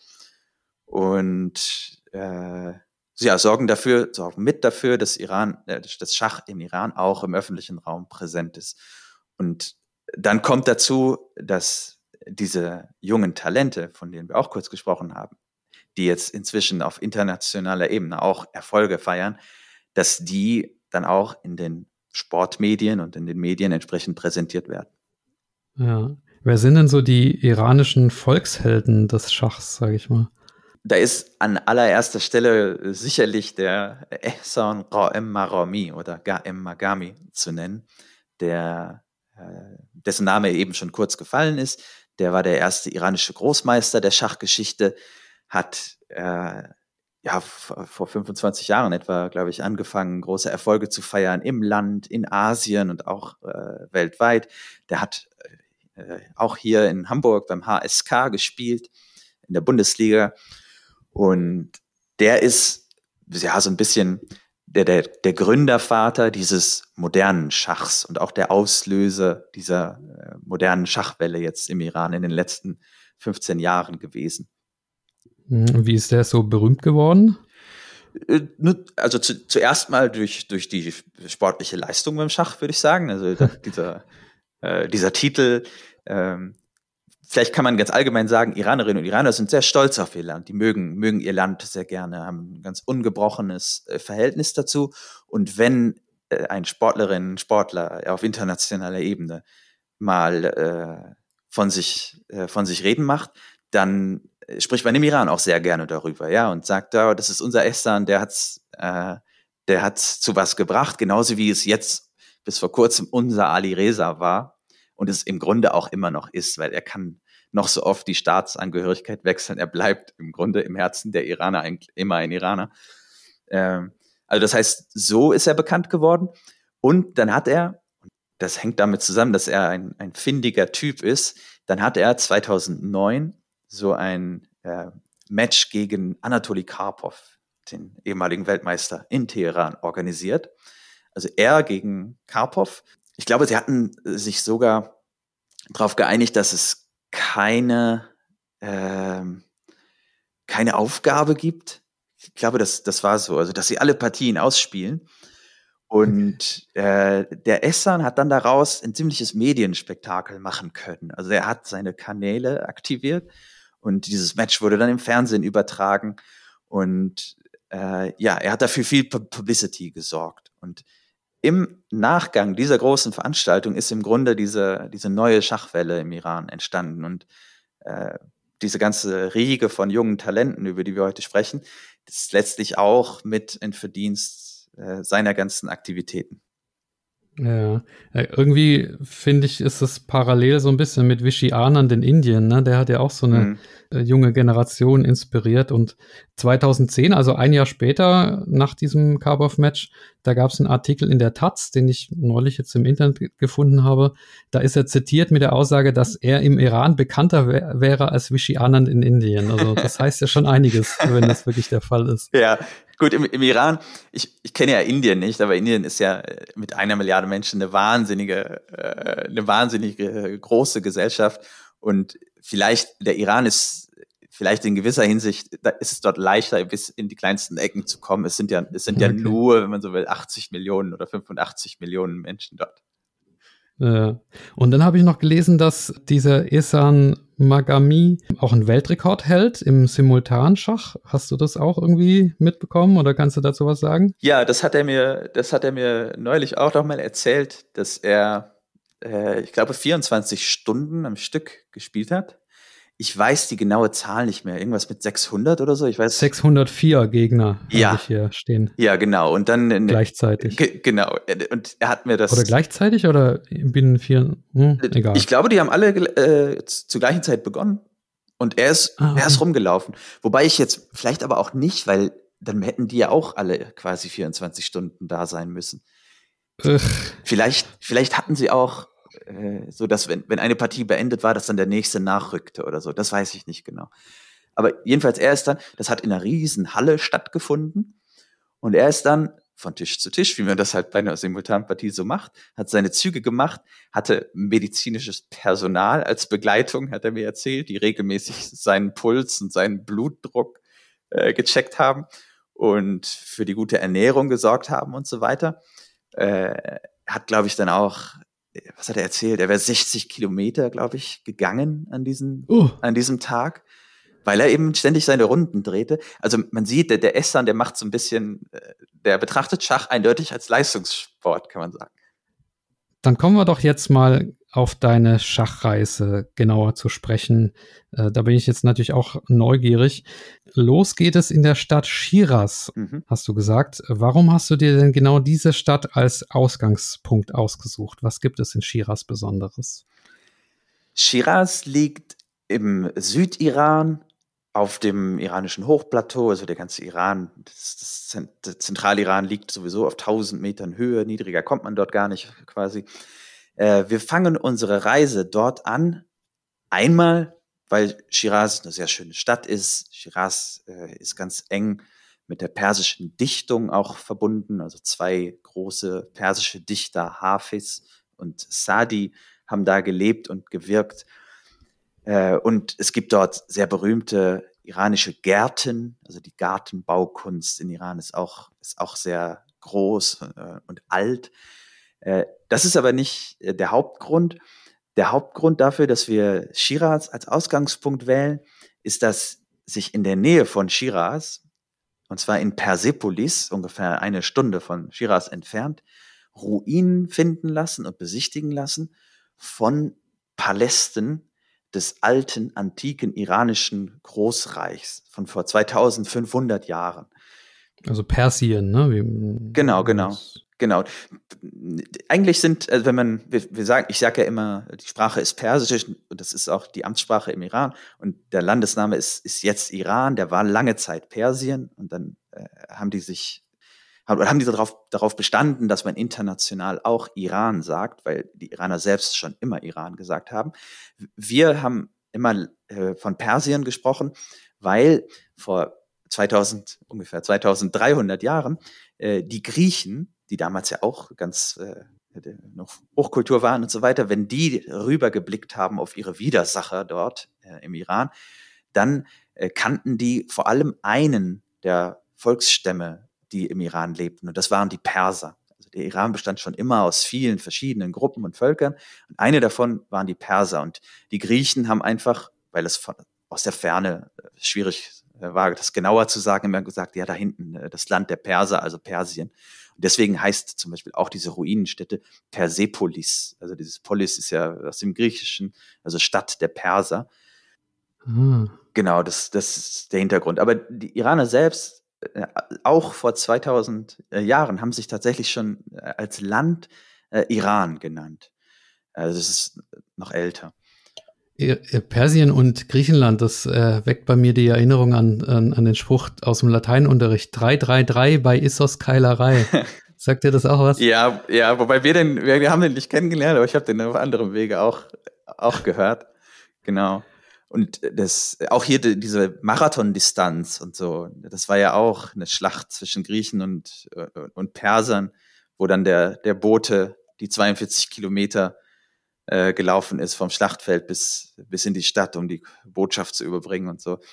Und äh, ja, sorgen dafür, sorgen mit dafür, dass Iran, äh, das Schach im Iran auch im öffentlichen Raum präsent ist. Und dann kommt dazu, dass diese jungen Talente, von denen wir auch kurz gesprochen haben, die jetzt inzwischen auf internationaler Ebene auch Erfolge feiern, dass die dann auch in den Sportmedien und in den Medien entsprechend präsentiert werden. Ja. Wer sind denn so die iranischen Volkshelden des Schachs, sage ich mal? Da ist an allererster Stelle sicherlich der Ehsan Qa'em Marami oder Qa'em Magami zu nennen, der, äh, dessen Name eben schon kurz gefallen ist. Der war der erste iranische Großmeister der Schachgeschichte, hat äh, ja vor fünfundzwanzig Jahren etwa, glaube ich, angefangen, große Erfolge zu feiern im Land, in Asien und auch äh, weltweit. Der hat äh, auch hier in Hamburg beim H S K gespielt, in der Bundesliga. Und der ist ja so ein bisschen der, der, der Gründervater dieses modernen Schachs und auch der Auslöser dieser äh, modernen Schachwelle jetzt im Iran in den letzten fünfzehn Jahren gewesen. Wie ist der so berühmt geworden? Also zu, zuerst mal durch, durch die sportliche Leistung beim Schach, würde ich sagen. Also da, dieser, äh, dieser Titel, ähm, vielleicht kann man ganz allgemein sagen, Iranerinnen und Iraner sind sehr stolz auf ihr Land. Die mögen, mögen ihr Land sehr gerne, haben ein ganz ungebrochenes äh, Verhältnis dazu. Und wenn äh, ein Sportlerin, Sportler auf internationaler Ebene mal äh, von sich, äh, von sich reden macht, dann äh, spricht man im Iran auch sehr gerne darüber, ja, und sagt, oh, das ist unser Ehsan, der hat's, äh, der hat's zu was gebracht, genauso wie es jetzt bis vor kurzem unser Ali Reza war. Und es im Grunde auch immer noch ist, weil er kann noch so oft die Staatsangehörigkeit wechseln. Er bleibt im Grunde im Herzen der Iraner eigentlich immer ein Iraner. Ähm, also das heißt, so ist er bekannt geworden. Und dann hat er, das hängt damit zusammen, dass er ein, ein findiger Typ ist, dann hat er zweitausendneun so ein äh, Match gegen Anatoli Karpov, den ehemaligen Weltmeister in Teheran, organisiert. Also er gegen Karpov. ich glaube, sie hatten sich sogar darauf geeinigt, dass es keine, ähm, keine Aufgabe gibt. Ich glaube, das, das war so, also dass sie alle Partien ausspielen. Und äh, der Ehsan hat dann daraus ein ziemliches Medienspektakel machen können. Also er hat seine Kanäle aktiviert und dieses Match wurde dann im Fernsehen übertragen. Und äh, ja, er hat dafür viel Publicity gesorgt. Und im Nachgang dieser großen Veranstaltung ist im Grunde diese, diese neue Schachwelle im Iran entstanden. Und äh, diese ganze Riege von jungen Talenten, über die wir heute sprechen, das ist letztlich auch mit in Verdienst seiner ganzen Aktivitäten. Ja, irgendwie finde ich, ist es parallel so ein bisschen mit Vishy Anand in Indien, ne? Der hat ja auch so eine mhm. junge Generation inspiriert und zweitausendzehn, also ein Jahr später nach diesem Karpov-Match, da gab es einen Artikel in der Taz, den ich neulich jetzt im Internet gefunden habe. Da ist er zitiert mit der Aussage, dass er im Iran bekannter wär, wäre als Vishy Anand in Indien. Also das heißt ja schon einiges, wenn das wirklich der Fall ist. Ja, gut, im, im Iran, ich, ich kenne ja Indien nicht, aber Indien ist ja mit einer Milliarde Menschen eine wahnsinnige, äh, eine wahnsinnige große Gesellschaft. Und vielleicht, der Iran ist vielleicht in gewisser Hinsicht, da ist es dort leichter, bis in die kleinsten Ecken zu kommen. Es sind ja, es sind ja okay. nur, wenn man so will, achtzig Millionen oder fünfundachtzig Millionen Menschen dort. Ja. Und dann habe ich noch gelesen, dass dieser Ehsan Maghami auch einen Weltrekord hält im Simultanschach. Hast du das auch irgendwie mitbekommen oder kannst du dazu was sagen? Ja, das hat er mir, das hat er mir neulich auch noch mal erzählt, dass er, äh, ich glaube, vierundzwanzig Stunden am Stück gespielt hat. Ich weiß die genaue Zahl nicht mehr. Irgendwas mit sechshundert oder so. Ich weiß. sechshundertvier Gegner ja. habe ich hier stehen. Ja, genau. Und dann in, gleichzeitig. G- genau. Und er hat mir das. Oder gleichzeitig oder binnen vier? Hm, egal. Ich glaube, die haben alle äh, zur gleichen Zeit begonnen. Und er ist, ah, okay. er ist rumgelaufen. Wobei ich jetzt vielleicht aber auch nicht, weil dann hätten die ja auch alle quasi vierundzwanzig Stunden da sein müssen. Ugh. Vielleicht, vielleicht hatten sie auch so dass, wenn, wenn eine Partie beendet war, dass dann der nächste nachrückte oder so. Das weiß ich nicht genau. Aber jedenfalls, er ist dann, das hat in einer riesen Halle stattgefunden und er ist dann von Tisch zu Tisch, wie man das halt bei einer Simultanpartie so macht, hat seine Züge gemacht, hatte medizinisches Personal als Begleitung, hat er mir erzählt, die regelmäßig seinen Puls und seinen Blutdruck äh, gecheckt haben und für die gute Ernährung gesorgt haben und so weiter. Äh, hat, glaube ich, dann auch was hat er erzählt? Er wäre sechzig Kilometer, glaube ich, gegangen an, diesen, uh. an diesem Tag, weil er eben ständig seine Runden drehte. Also man sieht, der, der Ehsan, der macht so ein bisschen, der betrachtet Schach eindeutig als Leistungssport, kann man sagen. Dann kommen wir doch jetzt mal auf deine Schachreise genauer zu sprechen. Äh, da bin ich jetzt natürlich auch neugierig. Los geht es in der Stadt Schiraz, mhm. hast du gesagt. Warum hast du dir denn genau diese Stadt als Ausgangspunkt ausgesucht? Was gibt es in Schiraz Besonderes? Schiraz liegt im Südiran auf dem iranischen Hochplateau, also der ganze Iran, das, das Zentraliran liegt sowieso auf tausend Metern Höhe, niedriger kommt man dort gar nicht quasi. Äh, wir fangen unsere Reise dort an, einmal, weil Schiraz eine sehr schöne Stadt ist. Schiraz äh, ist ganz eng mit der persischen Dichtung auch verbunden, also zwei große persische Dichter, Hafiz und Sadi, haben da gelebt und gewirkt. Und es gibt dort sehr berühmte iranische Gärten, also die Gartenbaukunst in Iran ist auch, ist auch sehr groß und alt. Das ist aber nicht der Hauptgrund. Der Hauptgrund dafür, dass wir Schiraz als Ausgangspunkt wählen, ist, dass sich in der Nähe von Schiraz, und zwar in Persepolis, ungefähr eine Stunde von Schiraz entfernt, Ruinen finden lassen und besichtigen lassen von Palästen des alten, antiken iranischen Großreichs von vor zweitausendfünfhundert Jahren. Also Persien, ne? Wie, genau, genau, genau. Eigentlich sind, also wenn man, wir, wir sagen, ich sage ja immer, die Sprache ist Persisch und das ist auch die Amtssprache im Iran und der Landesname ist, ist jetzt Iran, der war lange Zeit Persien und dann äh, haben die sich Oder haben die darauf, darauf bestanden, dass man international auch Iran sagt, weil die Iraner selbst schon immer Iran gesagt haben. Wir haben immer äh, von Persien gesprochen, weil vor zweitausend, ungefähr zweitausenddreihundert Jahren äh, die Griechen, die damals ja auch ganz äh, noch Hochkultur waren und so weiter, wenn die rübergeblickt haben auf ihre Widersacher dort äh, im Iran, dann äh, kannten die vor allem einen der Volksstämme, die im Iran lebten, und das waren die Perser. Also der Iran bestand schon immer aus vielen verschiedenen Gruppen und Völkern, und eine davon waren die Perser, und die Griechen haben einfach, weil es von, aus der Ferne äh, schwierig war, das genauer zu sagen, immer gesagt, ja, da hinten, äh, das Land der Perser, also Persien. Und deswegen heißt zum Beispiel auch diese Ruinenstätte Persepolis. Also dieses Polis ist ja aus dem Griechischen, also Stadt der Perser. Ah. Genau, das, das ist der Hintergrund. Aber die Iraner selbst, äh, auch vor zweitausend äh, Jahren, haben sich tatsächlich schon äh, als Land äh, Iran genannt. Also es ist noch älter. Persien und Griechenland, das äh, weckt bei mir die Erinnerung an, an, an den Spruch aus dem Lateinunterricht. drei drei drei bei Issos Keilerei. Sagt dir das auch was? Ja, ja, wobei wir den, wir, wir haben den nicht kennengelernt, aber ich habe den auf anderem Wege auch, auch gehört. Genau. Und das, auch hier die, diese Marathondistanz und so, das war ja auch eine Schlacht zwischen Griechen und, und Persern, wo dann der, der Bote die zweiundvierzig Kilometer äh, gelaufen ist vom Schlachtfeld bis, bis in die Stadt, um die Botschaft zu überbringen und so.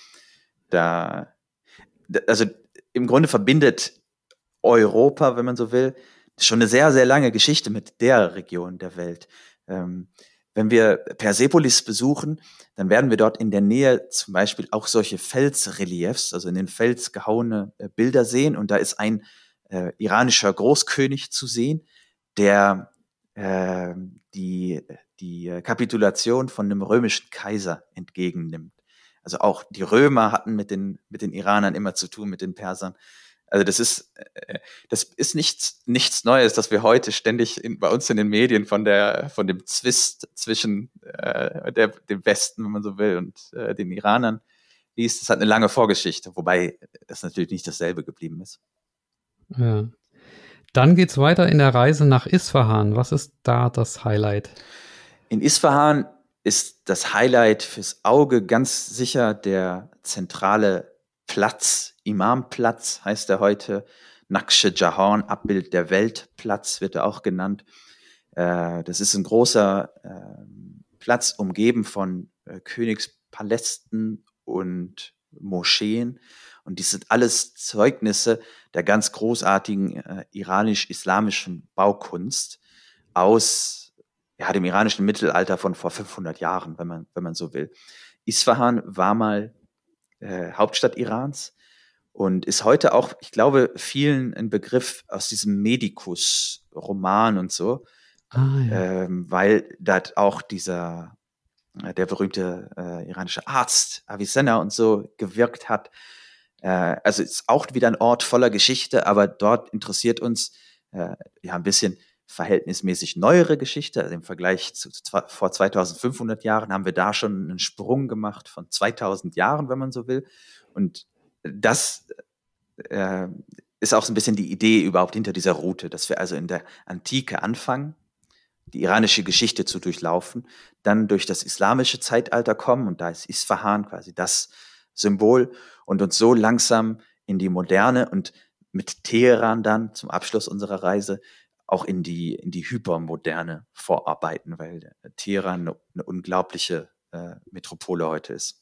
Da, also im Grunde verbindet Europa, wenn man so will, schon eine sehr, sehr lange Geschichte mit der Region der Welt. Ähm, wenn wir Persepolis besuchen, dann werden wir dort in der Nähe zum Beispiel auch solche Felsreliefs, also in den Fels gehauene äh, Bilder sehen. Und da ist ein äh, iranischer Großkönig zu sehen, der äh, die, die Kapitulation von einem römischen Kaiser entgegennimmt. Also auch die Römer hatten mit den, mit den Iranern immer zu tun, mit den Persern. Also das ist, das ist nichts, nichts Neues, dass wir heute ständig in, bei uns in den Medien von der, von dem Zwist zwischen äh, der, dem Westen, wenn man so will, und äh, den Iranern liest. Das hat eine lange Vorgeschichte, wobei das natürlich nicht dasselbe geblieben ist. Ja. Dann geht's weiter in der Reise nach Isfahan. Was ist da das Highlight? In Isfahan ist das Highlight fürs Auge ganz sicher der zentrale Platz, Imamplatz heißt er heute, Naqsh Jahan, Abbild der Weltplatz wird er auch genannt. Äh, das ist ein großer äh, Platz, umgeben von äh, Königspalästen und Moscheen. Und dies sind alles Zeugnisse der ganz großartigen äh, iranisch-islamischen Baukunst aus ja, dem iranischen Mittelalter von vor fünfhundert Jahren, wenn man, wenn man so will. Isfahan war mal Äh, Hauptstadt Irans und ist heute auch, ich glaube, vielen ein Begriff aus diesem Medikus-Roman und so, Ah, ja. ähm, weil da auch dieser, äh, der berühmte äh, iranische Arzt Avicenna und so gewirkt hat. Äh, also ist auch wieder ein Ort voller Geschichte, aber dort interessiert uns äh, ja ein bisschen verhältnismäßig neuere Geschichte. Also im Vergleich zu, zu vor zweitausendfünfhundert Jahren haben wir da schon einen Sprung gemacht von zweitausend Jahren, wenn man so will. Und das äh, ist auch so ein bisschen die Idee überhaupt hinter dieser Route, dass wir also in der Antike anfangen, die iranische Geschichte zu durchlaufen, dann durch das islamische Zeitalter kommen, und da ist Isfahan quasi das Symbol, und uns so langsam in die Moderne und mit Teheran dann zum Abschluss unserer Reise auch in die, in die Hypermoderne vorarbeiten, weil Teheran eine, eine unglaubliche äh, Metropole heute ist.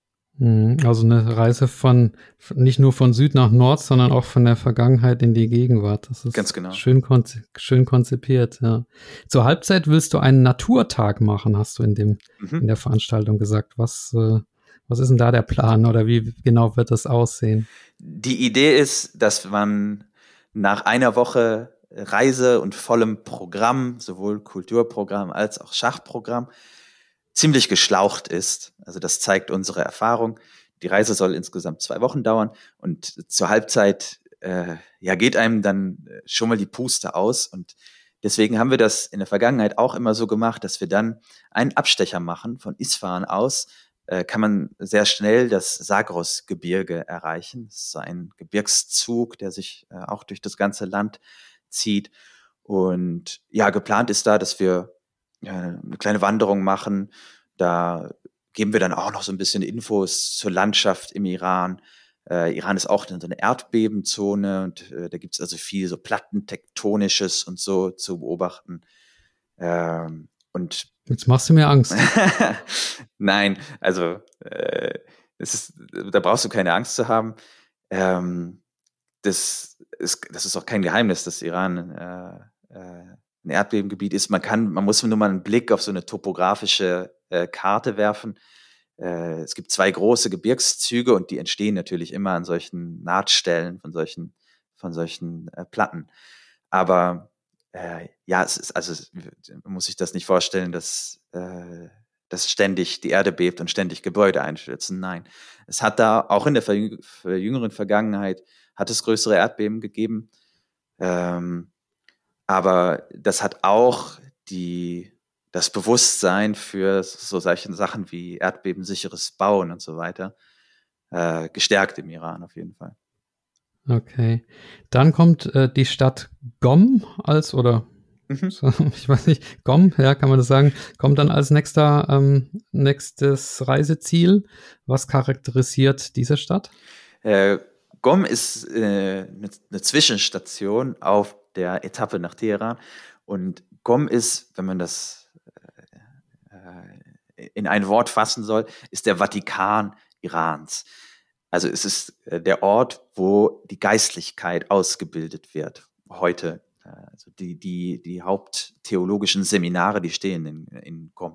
Also eine Reise von nicht nur von Süd nach Nord, sondern auch von der Vergangenheit in die Gegenwart. Das ist ganz genau. schön, konzi- schön konzipiert. Ja. Zur Halbzeit willst du einen Naturtag machen, hast du in dem Mhm. in der Veranstaltung gesagt. Was äh, was ist denn da der Plan oder wie genau wird das aussehen? Die Idee ist, dass man nach einer Woche Reise und vollem Programm, sowohl Kulturprogramm als auch Schachprogramm, ziemlich geschlaucht ist. Also das zeigt unsere Erfahrung. Die Reise soll insgesamt zwei Wochen dauern, und zur Halbzeit äh, ja, geht einem dann schon mal die Puste aus. Und deswegen haben wir das in der Vergangenheit auch immer so gemacht, dass wir dann einen Abstecher machen. Von Isfahan aus äh, kann man sehr schnell das Zagros-Gebirge erreichen. Das ist so ein Gebirgszug, der sich äh, auch durch das ganze Land zieht. Und ja, geplant ist da, dass wir äh, eine kleine Wanderung machen. Da geben wir dann auch noch so ein bisschen Infos zur Landschaft im Iran, Äh, Iran ist auch in so eine Erdbebenzone und äh, da gibt es also viel so Plattentektonisches und so zu beobachten. Ähm, und Jetzt machst du mir Angst. Nein, also äh, es ist, da brauchst du keine Angst zu haben. Ähm, das, ist, das ist auch kein Geheimnis, dass Iran äh, äh, ein Erdbebengebiet ist. Man kann, man muss nur mal einen Blick auf so eine topografische äh, Karte werfen. Äh, es gibt zwei große Gebirgszüge und die entstehen natürlich immer an solchen Nahtstellen von solchen, von solchen äh, Platten. Aber äh, ja, es ist, also man muss sich das nicht vorstellen, dass, äh, dass ständig die Erde bebt und ständig Gebäude einstürzen. Nein, es hat da auch in der verjüng- jüngeren Vergangenheit hat es größere Erdbeben gegeben. Ähm, aber das hat auch die, das Bewusstsein für so solche Sachen wie erdbebensicheres Bauen und so weiter äh, gestärkt im Iran auf jeden Fall. Okay. Dann kommt äh, die Stadt Qom als, oder Mhm. so, ich weiß nicht, Qom, ja, kann man das sagen, kommt dann als nächster, ähm, nächstes Reiseziel. Was charakterisiert diese Stadt? Äh, Qom ist äh, eine, eine Zwischenstation auf der Etappe nach Teheran. Und Qom ist, wenn man das äh, in ein Wort fassen soll, ist der Vatikan Irans. Also es ist äh, der Ort, wo die Geistlichkeit ausgebildet wird heute. Äh, Also die, die, die haupttheologischen Seminare, die stehen in, in Qom.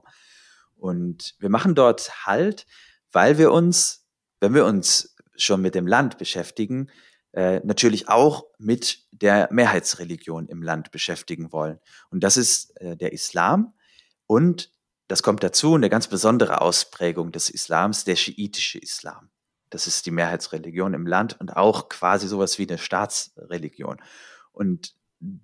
Und wir machen dort Halt, weil wir uns, wenn wir uns schon mit dem Land beschäftigen, äh, natürlich auch mit der Mehrheitsreligion im Land beschäftigen wollen. Und das ist äh, der Islam. Und das kommt dazu, eine ganz besondere Ausprägung des Islams, der schiitische Islam. Das ist die Mehrheitsreligion im Land und auch quasi sowas wie eine Staatsreligion. Und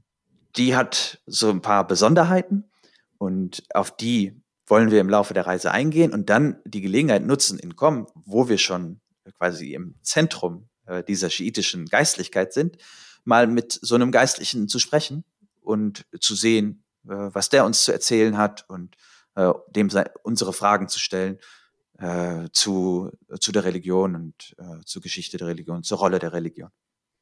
die hat so ein paar Besonderheiten und auf die wollen wir im Laufe der Reise eingehen und dann die Gelegenheit nutzen in Qom, wo wir schon quasi im Zentrum äh, dieser schiitischen Geistlichkeit sind, mal mit so einem Geistlichen zu sprechen und zu sehen, äh, was der uns zu erzählen hat und äh, dem sei, unsere Fragen zu stellen äh, zu, zu der Religion und äh, zur Geschichte der Religion, zur Rolle der Religion.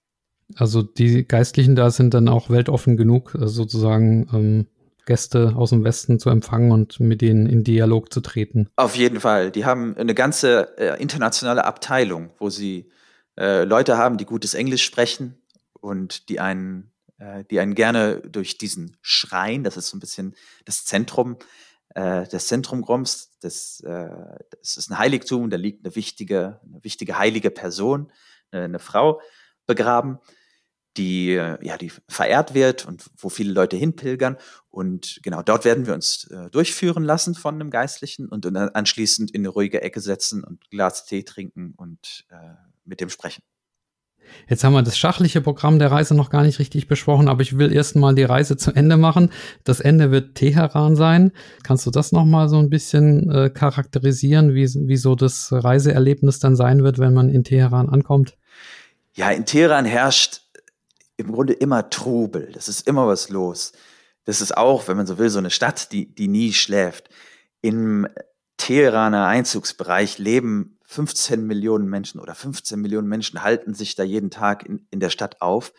Also die Geistlichen da sind dann auch weltoffen genug, äh, sozusagen ähm, Gäste aus dem Westen zu empfangen und mit denen in Dialog zu treten. Auf jeden Fall. Die haben eine ganze äh, internationale Abteilung, wo sie äh, Leute haben, die gutes Englisch sprechen und die einen, äh, die einen gerne durch diesen Schrein, das ist so ein bisschen das Zentrum, äh, das Zentrum Qoms, das, äh, das ist ein Heiligtum, da liegt eine wichtige, eine wichtige heilige Person, eine, eine Frau begraben, die, ja, die verehrt wird und wo viele Leute hinpilgern. Und genau dort werden wir uns äh, durchführen lassen von einem Geistlichen und dann anschließend in eine ruhige Ecke setzen und ein Glas Tee trinken und äh, mit dem sprechen. Jetzt haben wir das schachliche Programm der Reise noch gar nicht richtig besprochen, aber ich will erst mal die Reise zu Ende machen. Das Ende wird Teheran sein. Kannst du das noch mal so ein bisschen äh, charakterisieren, wie, wie so das Reiseerlebnis dann sein wird, wenn man in Teheran ankommt? Ja, in Teheran herrscht im Grunde immer Trubel. Das ist immer was los. Das ist auch, wenn man so will, so eine Stadt, die, die nie schläft. Im Teheraner Einzugsbereich leben fünfzehn Millionen Menschen oder fünfzehn Millionen Menschen halten sich da jeden Tag in, in der Stadt auf.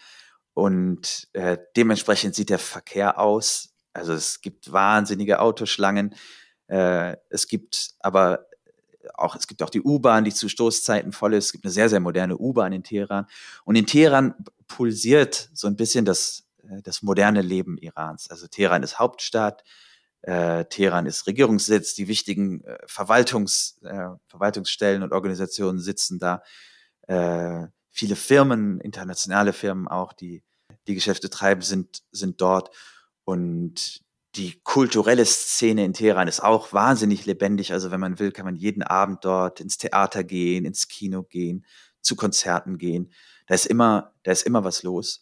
Und äh, dementsprechend sieht der Verkehr aus. Also es gibt wahnsinnige Autoschlangen. Äh, es gibt aber auch, es gibt auch die U-Bahn, die zu Stoßzeiten voll ist. Es gibt eine sehr, sehr moderne U-Bahn in Teheran. Und in Teheran pulsiert so ein bisschen das, das moderne Leben Irans. Also Teheran ist Hauptstadt, äh, Teheran ist Regierungssitz, die wichtigen äh, Verwaltungs, äh, Verwaltungsstellen und Organisationen sitzen da. Äh, viele Firmen, internationale Firmen auch, die die Geschäfte treiben, sind, sind dort. Und die kulturelle Szene in Teheran ist auch wahnsinnig lebendig. Also wenn man will, kann man jeden Abend dort ins Theater gehen, ins Kino gehen, zu Konzerten gehen. Da ist immer, da ist immer was los.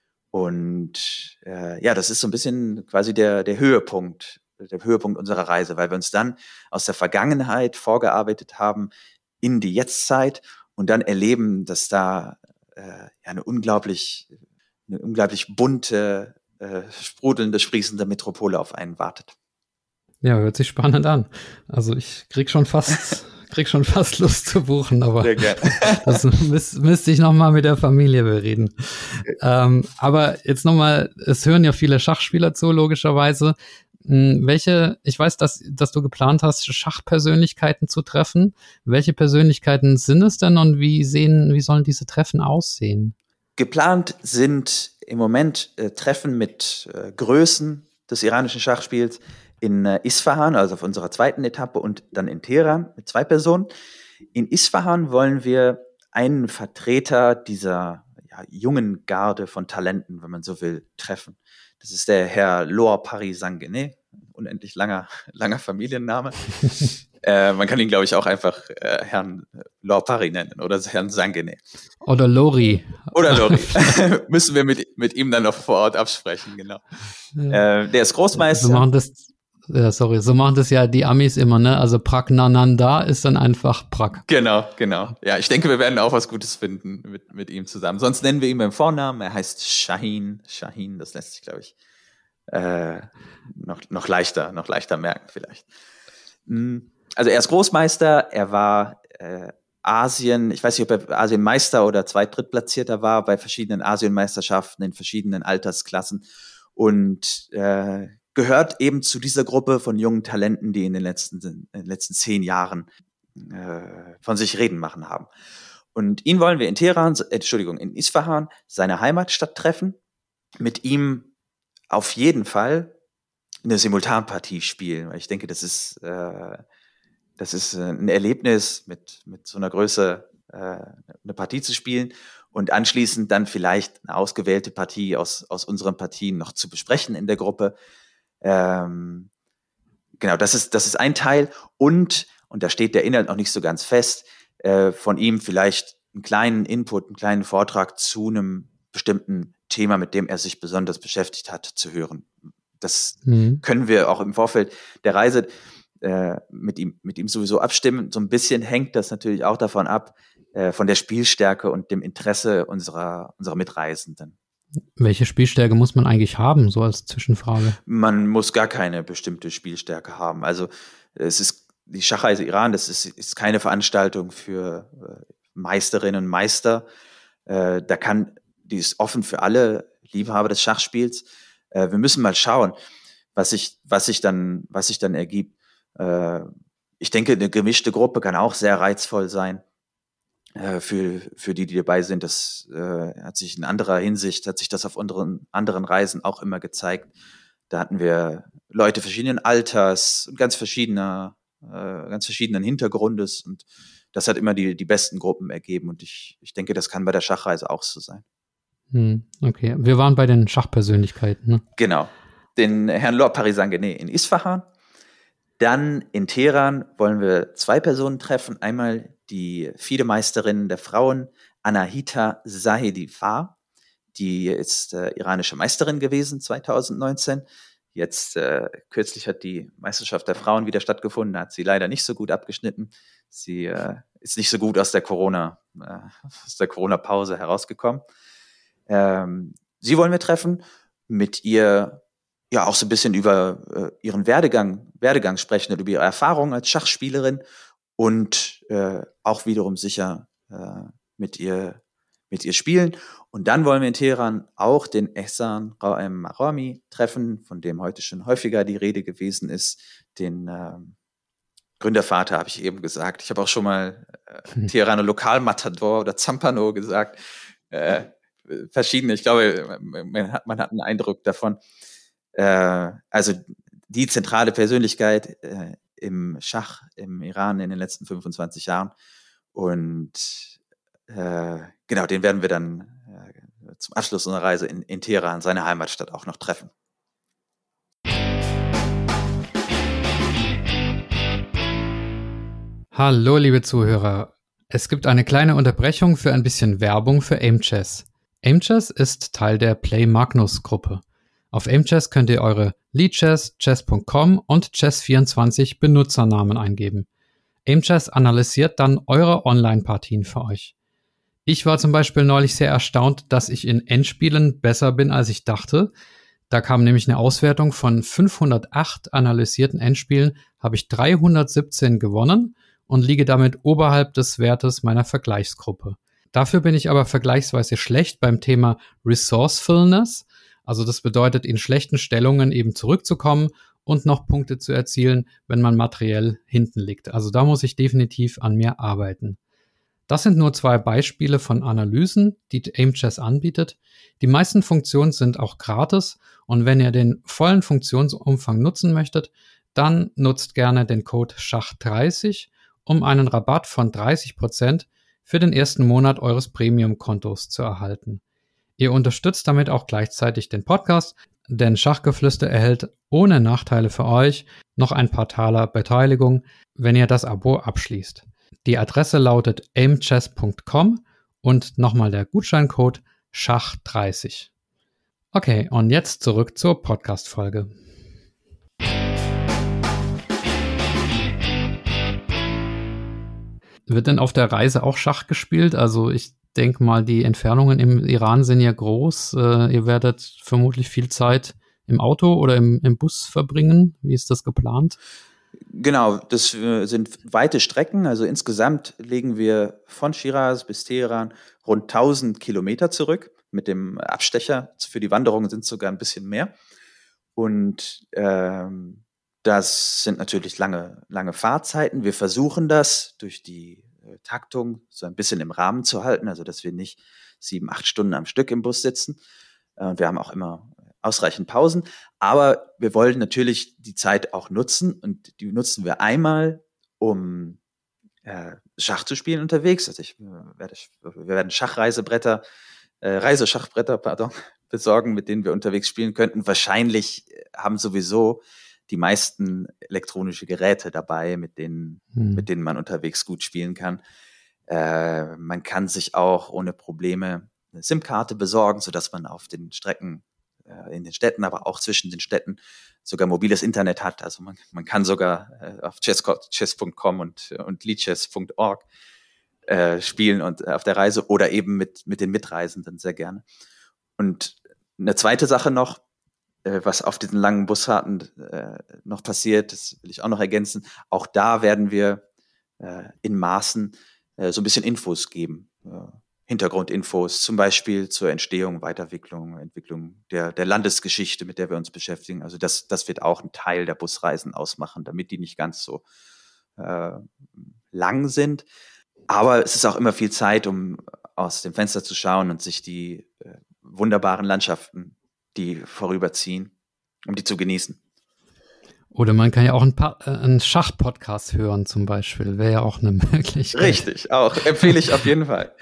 Und äh, ja, das ist so ein bisschen quasi der, der Höhepunkt, der Höhepunkt unserer Reise, weil wir uns dann aus der Vergangenheit vorgearbeitet haben in die Jetztzeit und dann erleben, dass da äh, ja, eine unglaublich, eine unglaublich bunte, äh, sprudelnde, sprießende Metropole auf einen wartet. Ja, hört sich spannend an. Also ich krieg schon fast krieg schon fast Lust zu buchen, aber Sehr gerne. das müß, müsste ich noch mal mit der Familie bereden. Ähm, aber jetzt noch mal, es hören ja viele Schachspieler zu, logischerweise. Hm, welche, ich weiß, dass, dass du geplant hast, Schachpersönlichkeiten zu treffen. Welche Persönlichkeiten sind es denn und wie sehen, wie sollen diese Treffen aussehen? Geplant sind im Moment äh, Treffen mit äh, Größen des iranischen Schachspiels in äh, Isfahan, also auf unserer zweiten Etappe, und dann in Teheran mit zwei Personen. In Isfahan wollen wir einen Vertreter dieser ja, jungen Garde von Talenten, wenn man so will, treffen. Das ist der Herr Lohr Paris-Sanguinet, unendlich langer, langer Familienname. äh, man kann ihn, glaube ich, auch einfach äh, Herrn Lohr Paris nennen oder Herrn Sanguinet. Oder Lori. Oder Lori. Müssen wir mit, mit ihm dann noch vor Ort absprechen, genau. Ja. Äh, der ist Großmeister. So machen das, ja, sorry, so machen das ja die Amis immer, ne? Also Pragnananda ist dann einfach Prag. Genau, genau. Ja, ich denke, wir werden auch was Gutes finden mit, mit ihm zusammen. Sonst nennen wir ihn beim Vornamen. Er heißt Shahin. Shahin, das lässt sich, glaube ich, äh, noch, noch leichter, noch leichter merken vielleicht. Also er ist Großmeister, er war äh, Asien, ich weiß nicht, ob er Asienmeister oder Zweit-, Drittplatzierter war bei verschiedenen Asienmeisterschaften in verschiedenen Altersklassen und äh, gehört eben zu dieser Gruppe von jungen Talenten, die in den letzten, in den letzten zehn Jahren äh, von sich reden machen haben. Und ihn wollen wir in Teheran, äh, Entschuldigung, in Isfahan, seine Heimatstadt, treffen, mit ihm auf jeden Fall eine Simultanpartie spielen, weil ich denke, das ist, äh, das ist ein Erlebnis, mit, mit so einer Größe äh, eine Partie zu spielen und anschließend dann vielleicht eine ausgewählte Partie aus, aus unseren Partien noch zu besprechen in der Gruppe. Ähm, genau, das ist, das ist ein Teil. Und, und da steht der Inhalt noch nicht so ganz fest, äh, von ihm vielleicht einen kleinen Input, einen kleinen Vortrag zu einem bestimmten Thema, mit dem er sich besonders beschäftigt hat, zu hören. Das mhm. können wir auch im Vorfeld der Reise äh, mit ihm, mit ihm sowieso abstimmen. So ein bisschen hängt das natürlich auch davon ab, äh, von der Spielstärke und dem Interesse unserer, unserer Mitreisenden. Welche Spielstärke muss man eigentlich haben, so als Zwischenfrage? Man muss gar keine bestimmte Spielstärke haben. Also es ist die Schachreise Iran, das ist, ist keine Veranstaltung für äh, Meisterinnen und Meister. Äh, da kann, die ist offen für alle Liebhaber des Schachspiels. Äh, wir müssen mal schauen, was sich, was sich dann, was sich dann ergibt. Äh, ich denke, eine gemischte Gruppe kann auch sehr reizvoll sein. Für, für die, die dabei sind, das äh, hat sich in anderer Hinsicht, hat sich das auf unseren anderen Reisen auch immer gezeigt. Da hatten wir Leute verschiedenen Alters, ganz verschiedener, äh, ganz verschiedenen Hintergrundes und das hat immer die, die besten Gruppen ergeben und ich, ich denke, das kann bei der Schachreise auch so sein. Hm, okay, wir waren bei den Schachpersönlichkeiten, ne? Genau. Den Herrn Lohr Paris-Sanguinet in Isfahan. Dann in Teheran wollen wir zwei Personen treffen. Einmal die FIDE-Meisterin der Frauen, Anahita Zahedi-Farr. Die ist äh, iranische Meisterin gewesen zwanzig neunzehn. Jetzt äh, kürzlich hat die Meisterschaft der Frauen wieder stattgefunden. Da hat sie leider nicht so gut abgeschnitten. Sie äh, ist nicht so gut aus der Corona, äh, aus der Corona-Pause herausgekommen. Ähm, sie wollen wir treffen, mit ihr ja auch so ein bisschen über äh, ihren Werdegang, Werdegang sprechen und über ihre Erfahrungen als Schachspielerin und äh, auch wiederum sicher äh, mit ihr mit ihr spielen. Und dann wollen wir in Teheran auch den Ehsan Marami treffen, von dem heute schon häufiger die Rede gewesen ist. Den äh, Gründervater habe ich eben gesagt. Ich habe auch schon mal äh, Teheraner Lokalmatador oder Zampano gesagt. Äh, verschiedene, ich glaube, man hat, man hat einen Eindruck davon. Äh, also die zentrale Persönlichkeit äh, im Schach im Iran in den letzten fünfundzwanzig Jahren. Und äh, genau, den werden wir dann äh, zum Abschluss unserer Reise in, in Teheran, seine Heimatstadt, auch noch treffen. Hallo, liebe Zuhörer. Es gibt eine kleine Unterbrechung für ein bisschen Werbung für Aimchess. Aimchess ist Teil der Play Magnus Gruppe. Auf Aimchess könnt ihr eure Lichess, chess punkt com und chess vierundzwanzig Benutzernamen eingeben. Aimchess analysiert dann eure Online-Partien für euch. Ich war zum Beispiel neulich sehr erstaunt, dass ich in Endspielen besser bin, als ich dachte. Da kam nämlich eine Auswertung von fünfhundertacht analysierten Endspielen, habe ich dreihundertsiebzehn gewonnen und liege damit oberhalb des Wertes meiner Vergleichsgruppe. Dafür bin ich aber vergleichsweise schlecht beim Thema Resourcefulness. Also das bedeutet, in schlechten Stellungen eben zurückzukommen und noch Punkte zu erzielen, wenn man materiell hinten liegt. Also da muss ich definitiv an mir arbeiten. Das sind nur zwei Beispiele von Analysen, die Aimchess anbietet. Die meisten Funktionen sind auch gratis und wenn ihr den vollen Funktionsumfang nutzen möchtet, dann nutzt gerne den Code Schach dreißig, um einen Rabatt von dreißig Prozent für den ersten Monat eures Premium-Kontos zu erhalten. Ihr unterstützt damit auch gleichzeitig den Podcast, denn Schachgeflüster erhält ohne Nachteile für euch noch ein paar Taler Beteiligung, wenn ihr das Abo abschließt. Die Adresse lautet aimchess punkt com und nochmal der Gutscheincode Schach dreißig. Okay, und jetzt zurück zur Podcast-Folge. Wird denn auf der Reise auch Schach gespielt? Also ich denke mal, die Entfernungen im Iran sind ja groß. Äh, ihr werdet vermutlich viel Zeit im Auto oder im, im Bus verbringen. Wie ist das geplant? Genau, das äh, sind weite Strecken. Also insgesamt legen wir von Schiraz bis Teheran rund tausend Kilometer zurück. Mit dem Abstecher für die Wanderungen sind es sogar ein bisschen mehr. Und ähm, das sind natürlich lange, lange Fahrzeiten. Wir versuchen das durch die äh, Taktung so ein bisschen im Rahmen zu halten, also dass wir nicht sieben, acht Stunden am Stück im Bus sitzen. Äh, wir haben auch immer ausreichend Pausen, aber wir wollen natürlich die Zeit auch nutzen und die nutzen wir einmal, um äh, Schach zu spielen unterwegs. Also ich, äh, werde, wir werden Schachreisebretter, äh, Reiseschachbretter, pardon, besorgen, mit denen wir unterwegs spielen könnten. Wahrscheinlich haben sowieso die meisten elektronische Geräte dabei, mit denen, hm. mit denen man unterwegs gut spielen kann. Äh, man kann sich auch ohne Probleme eine SIM-Karte besorgen, sodass man auf den Strecken äh, in den Städten, aber auch zwischen den Städten sogar mobiles Internet hat. Also man, man kann sogar äh, auf chess punkt com und, und lichess punkt org äh, spielen und äh, auf der Reise oder eben mit, mit den Mitreisenden sehr gerne. Und eine zweite Sache noch, was auf diesen langen Busfahrten äh, noch passiert, das will ich auch noch ergänzen. Auch da werden wir äh, in Maßen äh, so ein bisschen Infos geben, äh, Hintergrundinfos, zum Beispiel zur Entstehung, Weiterentwicklung, Entwicklung der, der Landesgeschichte, mit der wir uns beschäftigen. Also das, das wird auch ein Teil der Busreisen ausmachen, damit die nicht ganz so äh, lang sind. Aber es ist auch immer viel Zeit, um aus dem Fenster zu schauen und sich die äh, wunderbaren Landschaften, die vorüberziehen, um die zu genießen. Oder man kann ja auch einen, pa- äh, einen Schach-Podcast hören zum Beispiel, wäre ja auch eine Möglichkeit. Richtig, auch. Empfehle ich auf jeden Fall.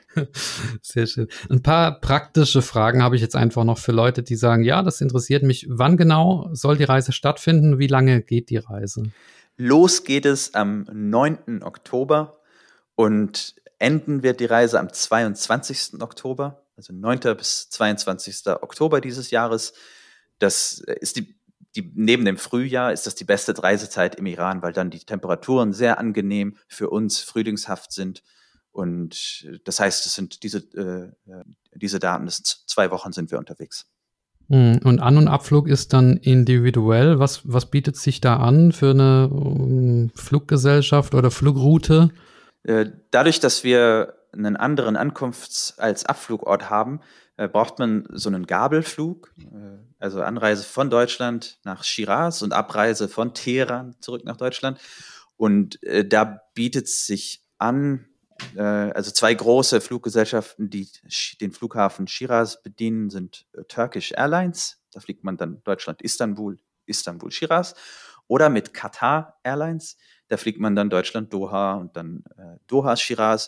Sehr schön. Ein paar praktische Fragen habe ich jetzt einfach noch für Leute, die sagen, ja, das interessiert mich. Wann genau soll die Reise stattfinden? Wie lange geht die Reise? Los geht es am neunten Oktober und enden wird die Reise am zweiundzwanzigsten Oktober. Also neunten bis zweiundzwanzigsten Oktober dieses Jahres. Das ist die, die, neben dem Frühjahr ist das die beste Reisezeit im Iran, weil dann die Temperaturen sehr angenehm für uns frühlingshaft sind. Und das heißt, es sind diese, äh, diese Daten, das sind zwei Wochen sind wir unterwegs. Und An- und Abflug ist dann individuell. Was, was bietet sich da an für eine um, Fluggesellschaft oder Flugroute? Äh, dadurch, dass wir einen anderen Ankunfts- als Abflugort haben, äh, braucht man so einen Gabelflug, äh, also Anreise von Deutschland nach Schiraz und Abreise von Teheran zurück nach Deutschland. Und äh, da bietet es sich an, äh, also zwei große Fluggesellschaften, die sch- den Flughafen Schiraz bedienen, sind äh, Turkish Airlines, da fliegt man dann Deutschland, Istanbul, Istanbul, Schiraz, oder mit Qatar Airlines, da fliegt man dann Deutschland, Doha und dann äh, Doha, Schiraz.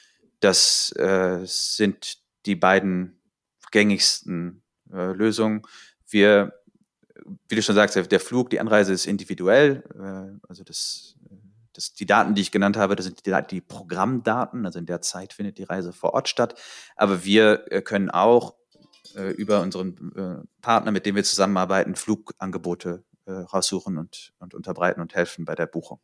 Das äh, sind die beiden gängigsten äh, Lösungen. Wir, wie du schon sagst, der Flug, die Anreise ist individuell. Äh, also das, das, die Daten, die ich genannt habe, das sind die, die Programmdaten. Also in der Zeit findet die Reise vor Ort statt. Aber wir äh, können auch äh, über unseren äh, Partner, mit dem wir zusammenarbeiten, Flugangebote äh, raussuchen und, und unterbreiten und helfen bei der Buchung.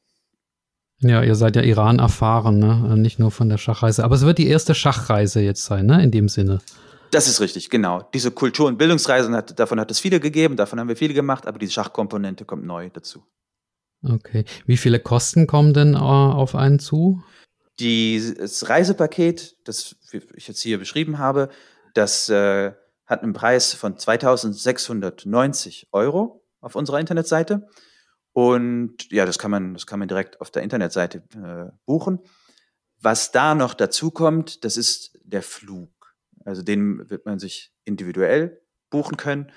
Ja, ihr seid ja Iran erfahren, ne? Nicht nur von der Schachreise. Aber es wird die erste Schachreise jetzt sein, ne? In dem Sinne. Das ist richtig, genau. Diese Kultur- und Bildungsreisen, hat, davon hat es viele gegeben, davon haben wir viele gemacht, aber die Schachkomponente kommt neu dazu. Okay. Wie viele Kosten kommen denn äh, auf einen zu? Die, das Reisepaket, das ich jetzt hier beschrieben habe, das äh, hat einen Preis von zweitausendsechshundertneunzig Euro auf unserer Internetseite. Und ja, das kann man, das kann man direkt auf der Internetseite äh, buchen. Was da noch dazu kommt, das ist der Flug. Also den wird man sich individuell buchen können.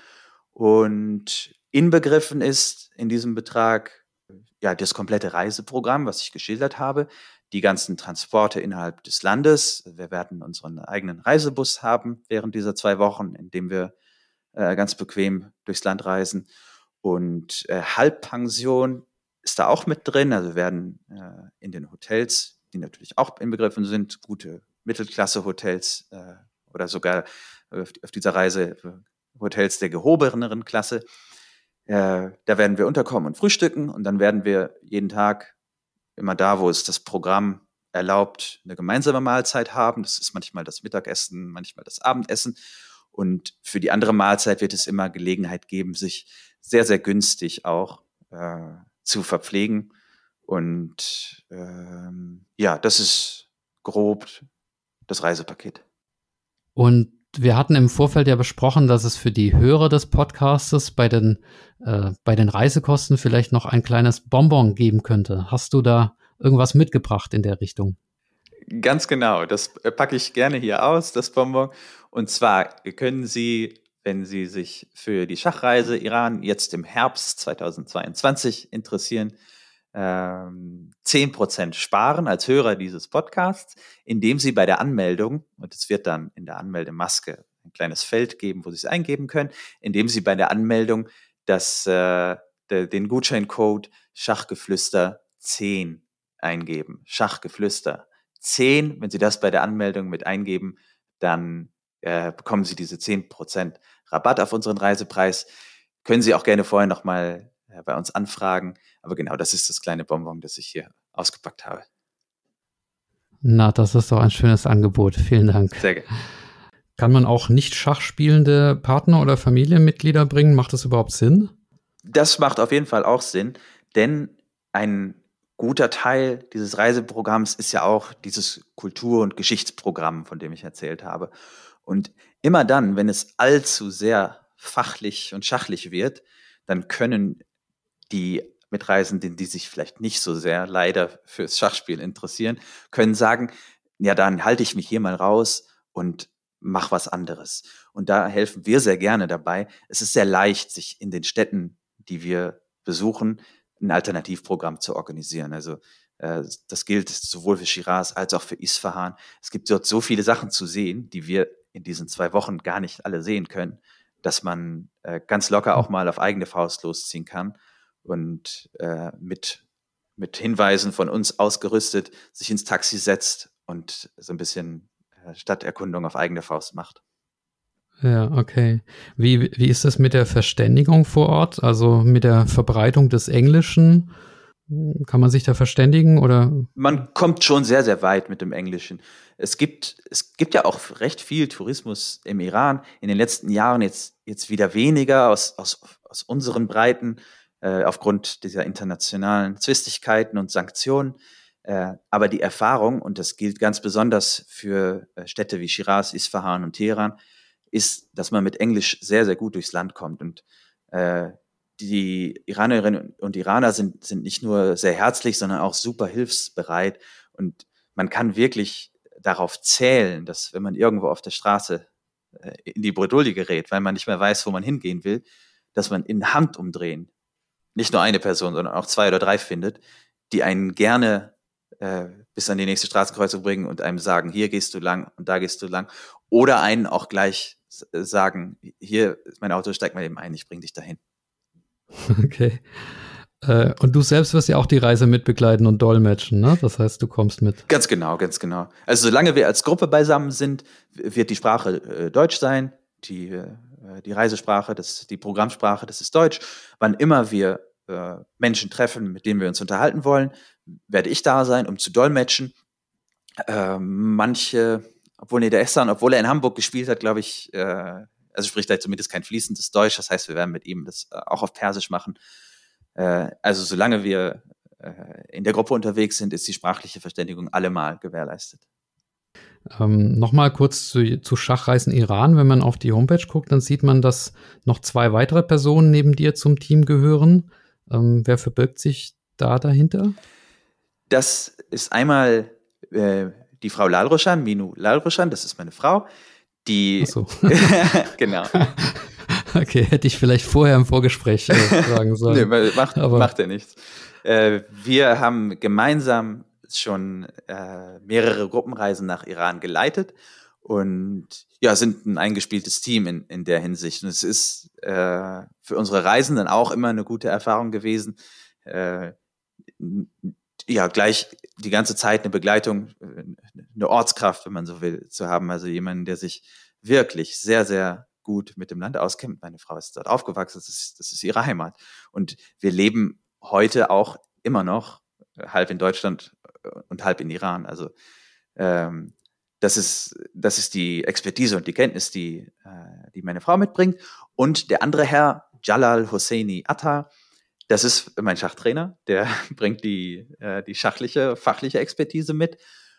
Und inbegriffen ist in diesem Betrag ja das komplette Reiseprogramm, was ich geschildert habe, die ganzen Transporte innerhalb des Landes. Wir werden unseren eigenen Reisebus haben während dieser zwei Wochen, in dem wir äh, ganz bequem durchs Land reisen. Und äh, Halbpension ist da auch mit drin. Also wir werden äh, in den Hotels, die natürlich auch inbegriffen sind, gute Mittelklasse-Hotels äh, oder sogar auf, auf dieser Reise Hotels der gehobeneren Klasse. Äh, da werden wir unterkommen und frühstücken und dann werden wir jeden Tag immer da, wo es das Programm erlaubt, eine gemeinsame Mahlzeit haben. Das ist manchmal das Mittagessen, manchmal das Abendessen. Und für die andere Mahlzeit wird es immer Gelegenheit geben, sich sehr, sehr günstig auch äh, zu verpflegen. Und ähm, ja, das ist grob das Reisepaket. Und wir hatten im Vorfeld ja besprochen, dass es für die Hörer des Podcastes bei den, äh, bei den Reisekosten vielleicht noch ein kleines Bonbon geben könnte. Hast du da irgendwas mitgebracht in der Richtung? Ganz genau, das packe ich gerne hier aus, das Bonbon. Und zwar können Sie, wenn Sie sich für die Schachreise Iran jetzt im Herbst zweitausendzweiundzwanzig interessieren, ähm, zehn Prozent sparen als Hörer dieses Podcasts, indem Sie bei der Anmeldung, und es wird dann in der Anmeldemaske ein kleines Feld geben, wo Sie es eingeben können, indem Sie bei der Anmeldung das, äh, de, den Gutscheincode Schachgeflüster zehn eingeben. Schachgeflüster zehn, wenn Sie das bei der Anmeldung mit eingeben, dann äh, bekommen Sie diese zehn Prozent Rabatt auf unseren Reisepreis. Können Sie auch gerne vorher nochmal äh, bei uns anfragen. Aber genau, das ist das kleine Bonbon, das ich hier ausgepackt habe. Na, das ist doch ein schönes Angebot. Vielen Dank. Sehr gerne. Kann man auch nicht schachspielende Partner oder Familienmitglieder bringen? Macht das überhaupt Sinn? Das macht auf jeden Fall auch Sinn, denn ein guter Teil dieses Reiseprogramms ist ja auch dieses Kultur- und Geschichtsprogramm, von dem ich erzählt habe. Und immer dann, wenn es allzu sehr fachlich und schachlich wird, dann können die Mitreisenden, die sich vielleicht nicht so sehr leider fürs Schachspiel interessieren, können sagen, ja, dann halte ich mich hier mal raus und mach was anderes. Und da helfen wir sehr gerne dabei. Es ist sehr leicht, sich in den Städten, die wir besuchen, ein Alternativprogramm zu organisieren. Also äh, das gilt sowohl für Shiraz als auch für Isfahan. Es gibt dort so viele Sachen zu sehen, die wir in diesen zwei Wochen gar nicht alle sehen können, dass man äh, ganz locker auch mal auf eigene Faust losziehen kann und äh, mit, mit Hinweisen von uns ausgerüstet sich ins Taxi setzt und so ein bisschen äh, Stadterkundung auf eigene Faust macht. Ja, okay. Wie, wie ist das mit der Verständigung vor Ort? Also mit der Verbreitung des Englischen? Kann man sich da verständigen oder? Man kommt schon sehr, sehr weit mit dem Englischen. Es gibt, es gibt ja auch recht viel Tourismus im Iran. In den letzten Jahren jetzt, jetzt wieder weniger aus, aus, aus unseren Breiten, äh, aufgrund dieser internationalen Zwistigkeiten und Sanktionen. Äh, aber die Erfahrung, und das gilt ganz besonders für äh, Städte wie Shiraz, Isfahan und Teheran, ist, dass man mit Englisch sehr, sehr gut durchs Land kommt. Und äh, die Iranerinnen und Iraner sind, sind nicht nur sehr herzlich, sondern auch super hilfsbereit. Und man kann wirklich darauf zählen, dass wenn man irgendwo auf der Straße äh, in die Bredouille gerät, weil man nicht mehr weiß, wo man hingehen will, dass man in Handumdrehen nicht nur eine Person, sondern auch zwei oder drei findet, die einen gerne äh, bis an die nächste Straßenkreuzung bringen und einem sagen, hier gehst du lang und da gehst du lang. Oder einen auch gleich sagen, hier ist mein Auto, steig mal eben ein, ich bring dich dahin. Okay. Äh, und du selbst wirst ja auch die Reise mitbegleiten und dolmetschen, ne? Das heißt, du kommst mit. Ganz genau, ganz genau. Also solange wir als Gruppe beisammen sind, wird die Sprache äh, Deutsch sein, die, äh, die Reisesprache, das, die Programmsprache, das ist Deutsch. Wann immer wir äh, Menschen treffen, mit denen wir uns unterhalten wollen, werde ich da sein, um zu dolmetschen. Äh, manche, obwohl nee, der Ehsan, obwohl er in Hamburg gespielt hat, glaube ich, äh, also spricht er zumindest kein fließendes Deutsch. Das heißt, wir werden mit ihm das äh, auch auf Persisch machen. Äh, also solange wir äh, in der Gruppe unterwegs sind, ist die sprachliche Verständigung allemal gewährleistet. Ähm, Nochmal kurz zu, zu Schachreisen Iran. Wenn man auf die Homepage guckt, dann sieht man, dass noch zwei weitere Personen neben dir zum Team gehören. Ähm, wer verbirgt sich da dahinter? Das ist einmal äh, die Frau Lalroshan, Minu Lalroshan, das ist meine Frau. Die Ach so. Genau. Okay, hätte ich vielleicht vorher im Vorgespräch äh, sagen sollen. Nee, macht, Aber macht ja nichts. Äh, wir haben gemeinsam schon äh, mehrere Gruppenreisen nach Iran geleitet und ja, sind ein eingespieltes Team in, in der Hinsicht. Und es ist äh, für unsere Reisenden auch immer eine gute Erfahrung gewesen, äh, ja, gleich die ganze Zeit eine Begleitung, eine Ortskraft, wenn man so will, zu haben. Also jemanden, der sich wirklich sehr, sehr gut mit dem Land auskennt. Meine Frau ist dort aufgewachsen, das ist, das ist ihre Heimat. Und wir leben heute auch immer noch halb in Deutschland und halb in Iran. Also ähm, das ist, das ist die Expertise und die Kenntnis, die, äh, die meine Frau mitbringt. Und der andere Herr, Jalal Hosseini Atta, das ist mein Schachtrainer, der bringt die, äh, die schachliche, fachliche Expertise mit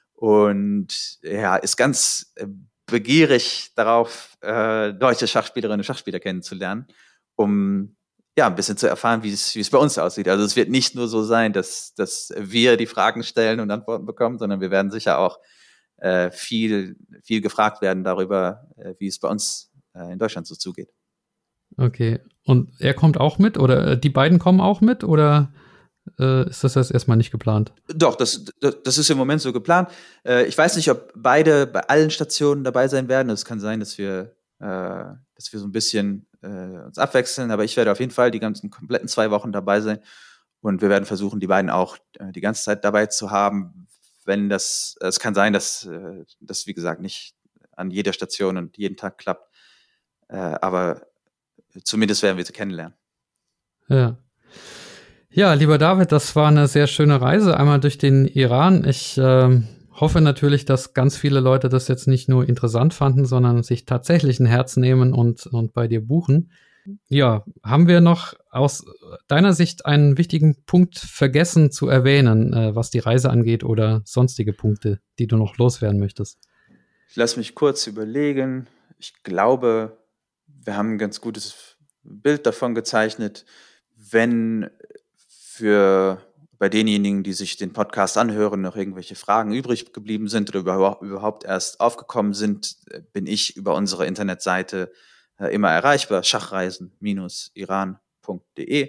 und ja, ist ganz begierig darauf, äh, deutsche Schachspielerinnen und Schachspieler kennenzulernen, um ja ein bisschen zu erfahren, wie es, wie es bei uns aussieht. Also es wird nicht nur so sein, dass, dass wir die Fragen stellen und Antworten bekommen, sondern wir werden sicher auch äh, viel, viel gefragt werden darüber, äh, wie es bei uns äh, in Deutschland so zugeht. Okay. Und er kommt auch mit oder äh, die beiden kommen auch mit oder äh, ist das jetzt erstmal nicht geplant? Doch, das, das, das ist im Moment so geplant. Äh, ich weiß nicht, ob beide bei allen Stationen dabei sein werden. Es kann sein, dass wir, äh, dass wir so ein bisschen äh, uns abwechseln, aber ich werde auf jeden Fall die ganzen kompletten zwei Wochen dabei sein und wir werden versuchen, die beiden auch äh, die ganze Zeit dabei zu haben. Wenn das, es kann sein, dass äh, das, wie gesagt, nicht an jeder Station und jeden Tag klappt, äh, aber zumindest werden wir sie kennenlernen. Ja. Ja, lieber David, das war eine sehr schöne Reise, einmal durch den Iran. Ich äh, hoffe natürlich, dass ganz viele Leute das jetzt nicht nur interessant fanden, sondern sich tatsächlich ein Herz nehmen und, und bei dir buchen. Ja, haben wir noch aus deiner Sicht einen wichtigen Punkt vergessen zu erwähnen, äh, was die Reise angeht oder sonstige Punkte, die du noch loswerden möchtest? Ich lasse mich kurz überlegen. Ich glaube, wir haben ein ganz gutes Bild davon gezeichnet, wenn für bei denjenigen, die sich den Podcast anhören, noch irgendwelche Fragen übrig geblieben sind oder überhaupt erst aufgekommen sind, bin ich über unsere Internetseite immer erreichbar, schachreisen Bindestrich iran Punkt de.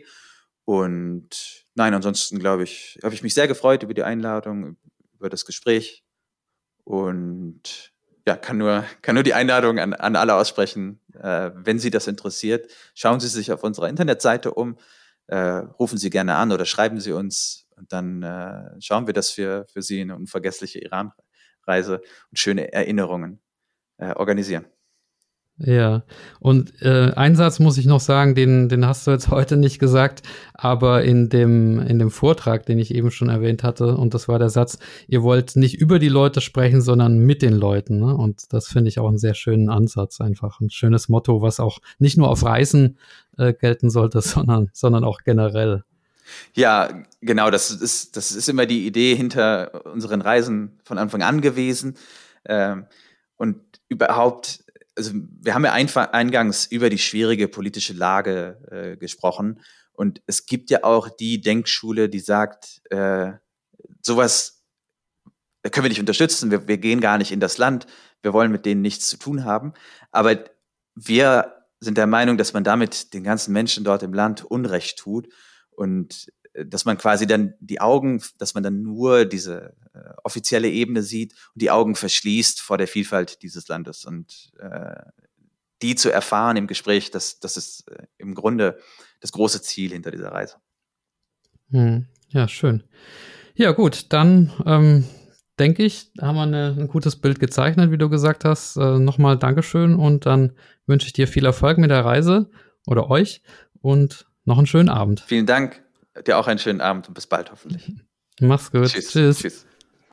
Und nein, ansonsten glaube ich, habe ich mich sehr gefreut über die Einladung, über das Gespräch und ja, kann nur, kann nur die Einladung an, an alle aussprechen. Äh, wenn Sie das interessiert, schauen Sie sich auf unserer Internetseite um, äh, rufen Sie gerne an oder schreiben Sie uns und dann äh, schauen wir, dass wir für Sie eine unvergessliche Iran-Reise und schöne Erinnerungen äh, organisieren. Ja, und äh, einen Satz muss ich noch sagen, den, den hast du jetzt heute nicht gesagt, aber in dem, in dem Vortrag, den ich eben schon erwähnt hatte, und das war der Satz, ihr wollt nicht über die Leute sprechen, sondern mit den Leuten, ne? Und das finde ich auch einen sehr schönen Ansatz, einfach ein schönes Motto, was auch nicht nur auf Reisen äh, gelten sollte, sondern, sondern auch generell. Ja, genau, das ist, das ist immer die Idee hinter unseren Reisen von Anfang an gewesen. Ähm, und überhaupt, also wir haben ja einf- eingangs über die schwierige politische Lage äh, gesprochen. Und es gibt ja auch die Denkschule, die sagt, äh, sowas da können wir nicht unterstützen, wir, wir gehen gar nicht in das Land, wir wollen mit denen nichts zu tun haben. Aber wir sind der Meinung, dass man damit den ganzen Menschen dort im Land Unrecht tut. Und dass man quasi dann die Augen, dass man dann nur diese äh, offizielle Ebene sieht und die Augen verschließt vor der Vielfalt dieses Landes. Und äh, die zu erfahren im Gespräch, das, das ist äh, im Grunde das große Ziel hinter dieser Reise. Hm, ja, schön. Ja, gut, dann ähm, denke ich, haben wir eine, ein gutes Bild gezeichnet, wie du gesagt hast. Äh, nochmal Dankeschön und dann wünsche ich dir viel Erfolg mit der Reise oder euch und noch einen schönen Abend. Vielen Dank. Dir auch einen schönen Abend und bis bald hoffentlich. Mach's gut. Tschüss. Tschüss. Tschüss.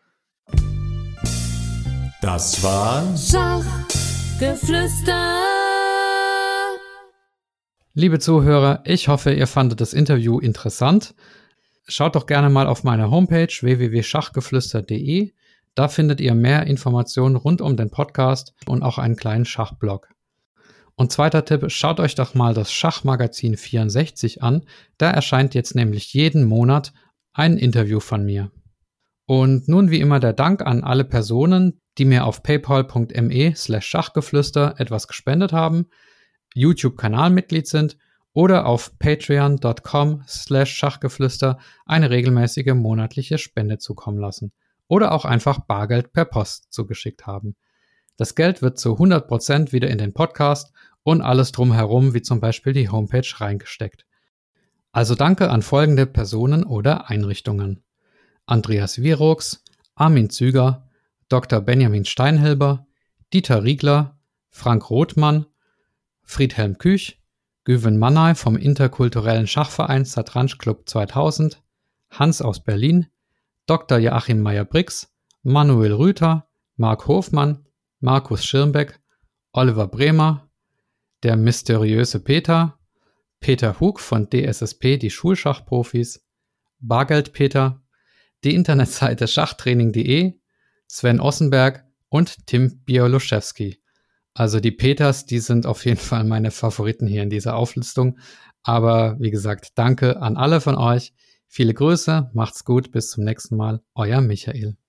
Das war Schachgeflüster. Liebe Zuhörer, ich hoffe, ihr fandet das Interview interessant. Schaut doch gerne mal auf meine Homepage w w w punkt schachgeflüster punkt d e. Da findet ihr mehr Informationen rund um den Podcast und auch einen kleinen Schachblog. Und zweiter Tipp, schaut euch doch mal das Schachmagazin vierundsechzig an. Da erscheint jetzt nämlich jeden Monat ein Interview von mir. Und nun wie immer der Dank an alle Personen, die mir auf paypal punkt me slash schachgeflüster etwas gespendet haben, YouTube-Kanalmitglied sind oder auf patreon punkt com slash schachgeflüster eine regelmäßige monatliche Spende zukommen lassen oder auch einfach Bargeld per Post zugeschickt haben. Das Geld wird zu hundert Prozent wieder in den Podcast und alles drumherum, wie zum Beispiel die Homepage, reingesteckt. Also danke an folgende Personen oder Einrichtungen: Andreas Wierox, Armin Züger, Doktor Benjamin Steinhilber, Dieter Riegler, Frank Rothmann, Friedhelm Küch, Güven Mannay vom interkulturellen Schachverein Satranj Club zweitausend, Hans aus Berlin, Doktor Joachim Meyer-Brix, Manuel Rüther, Marc Hofmann, Markus Schirmbeck, Oliver Bremer, der mysteriöse Peter, Peter Hug von D S S P, die Schulschachprofis, Bargeld Peter, die Internetseite schachtraining punkt de, Sven Ossenberg und Tim Białoszewski. Also die Peters, die sind auf jeden Fall meine Favoriten hier in dieser Auflistung. Aber wie gesagt, danke an alle von euch. Viele Grüße, macht's gut, bis zum nächsten Mal, euer Michael.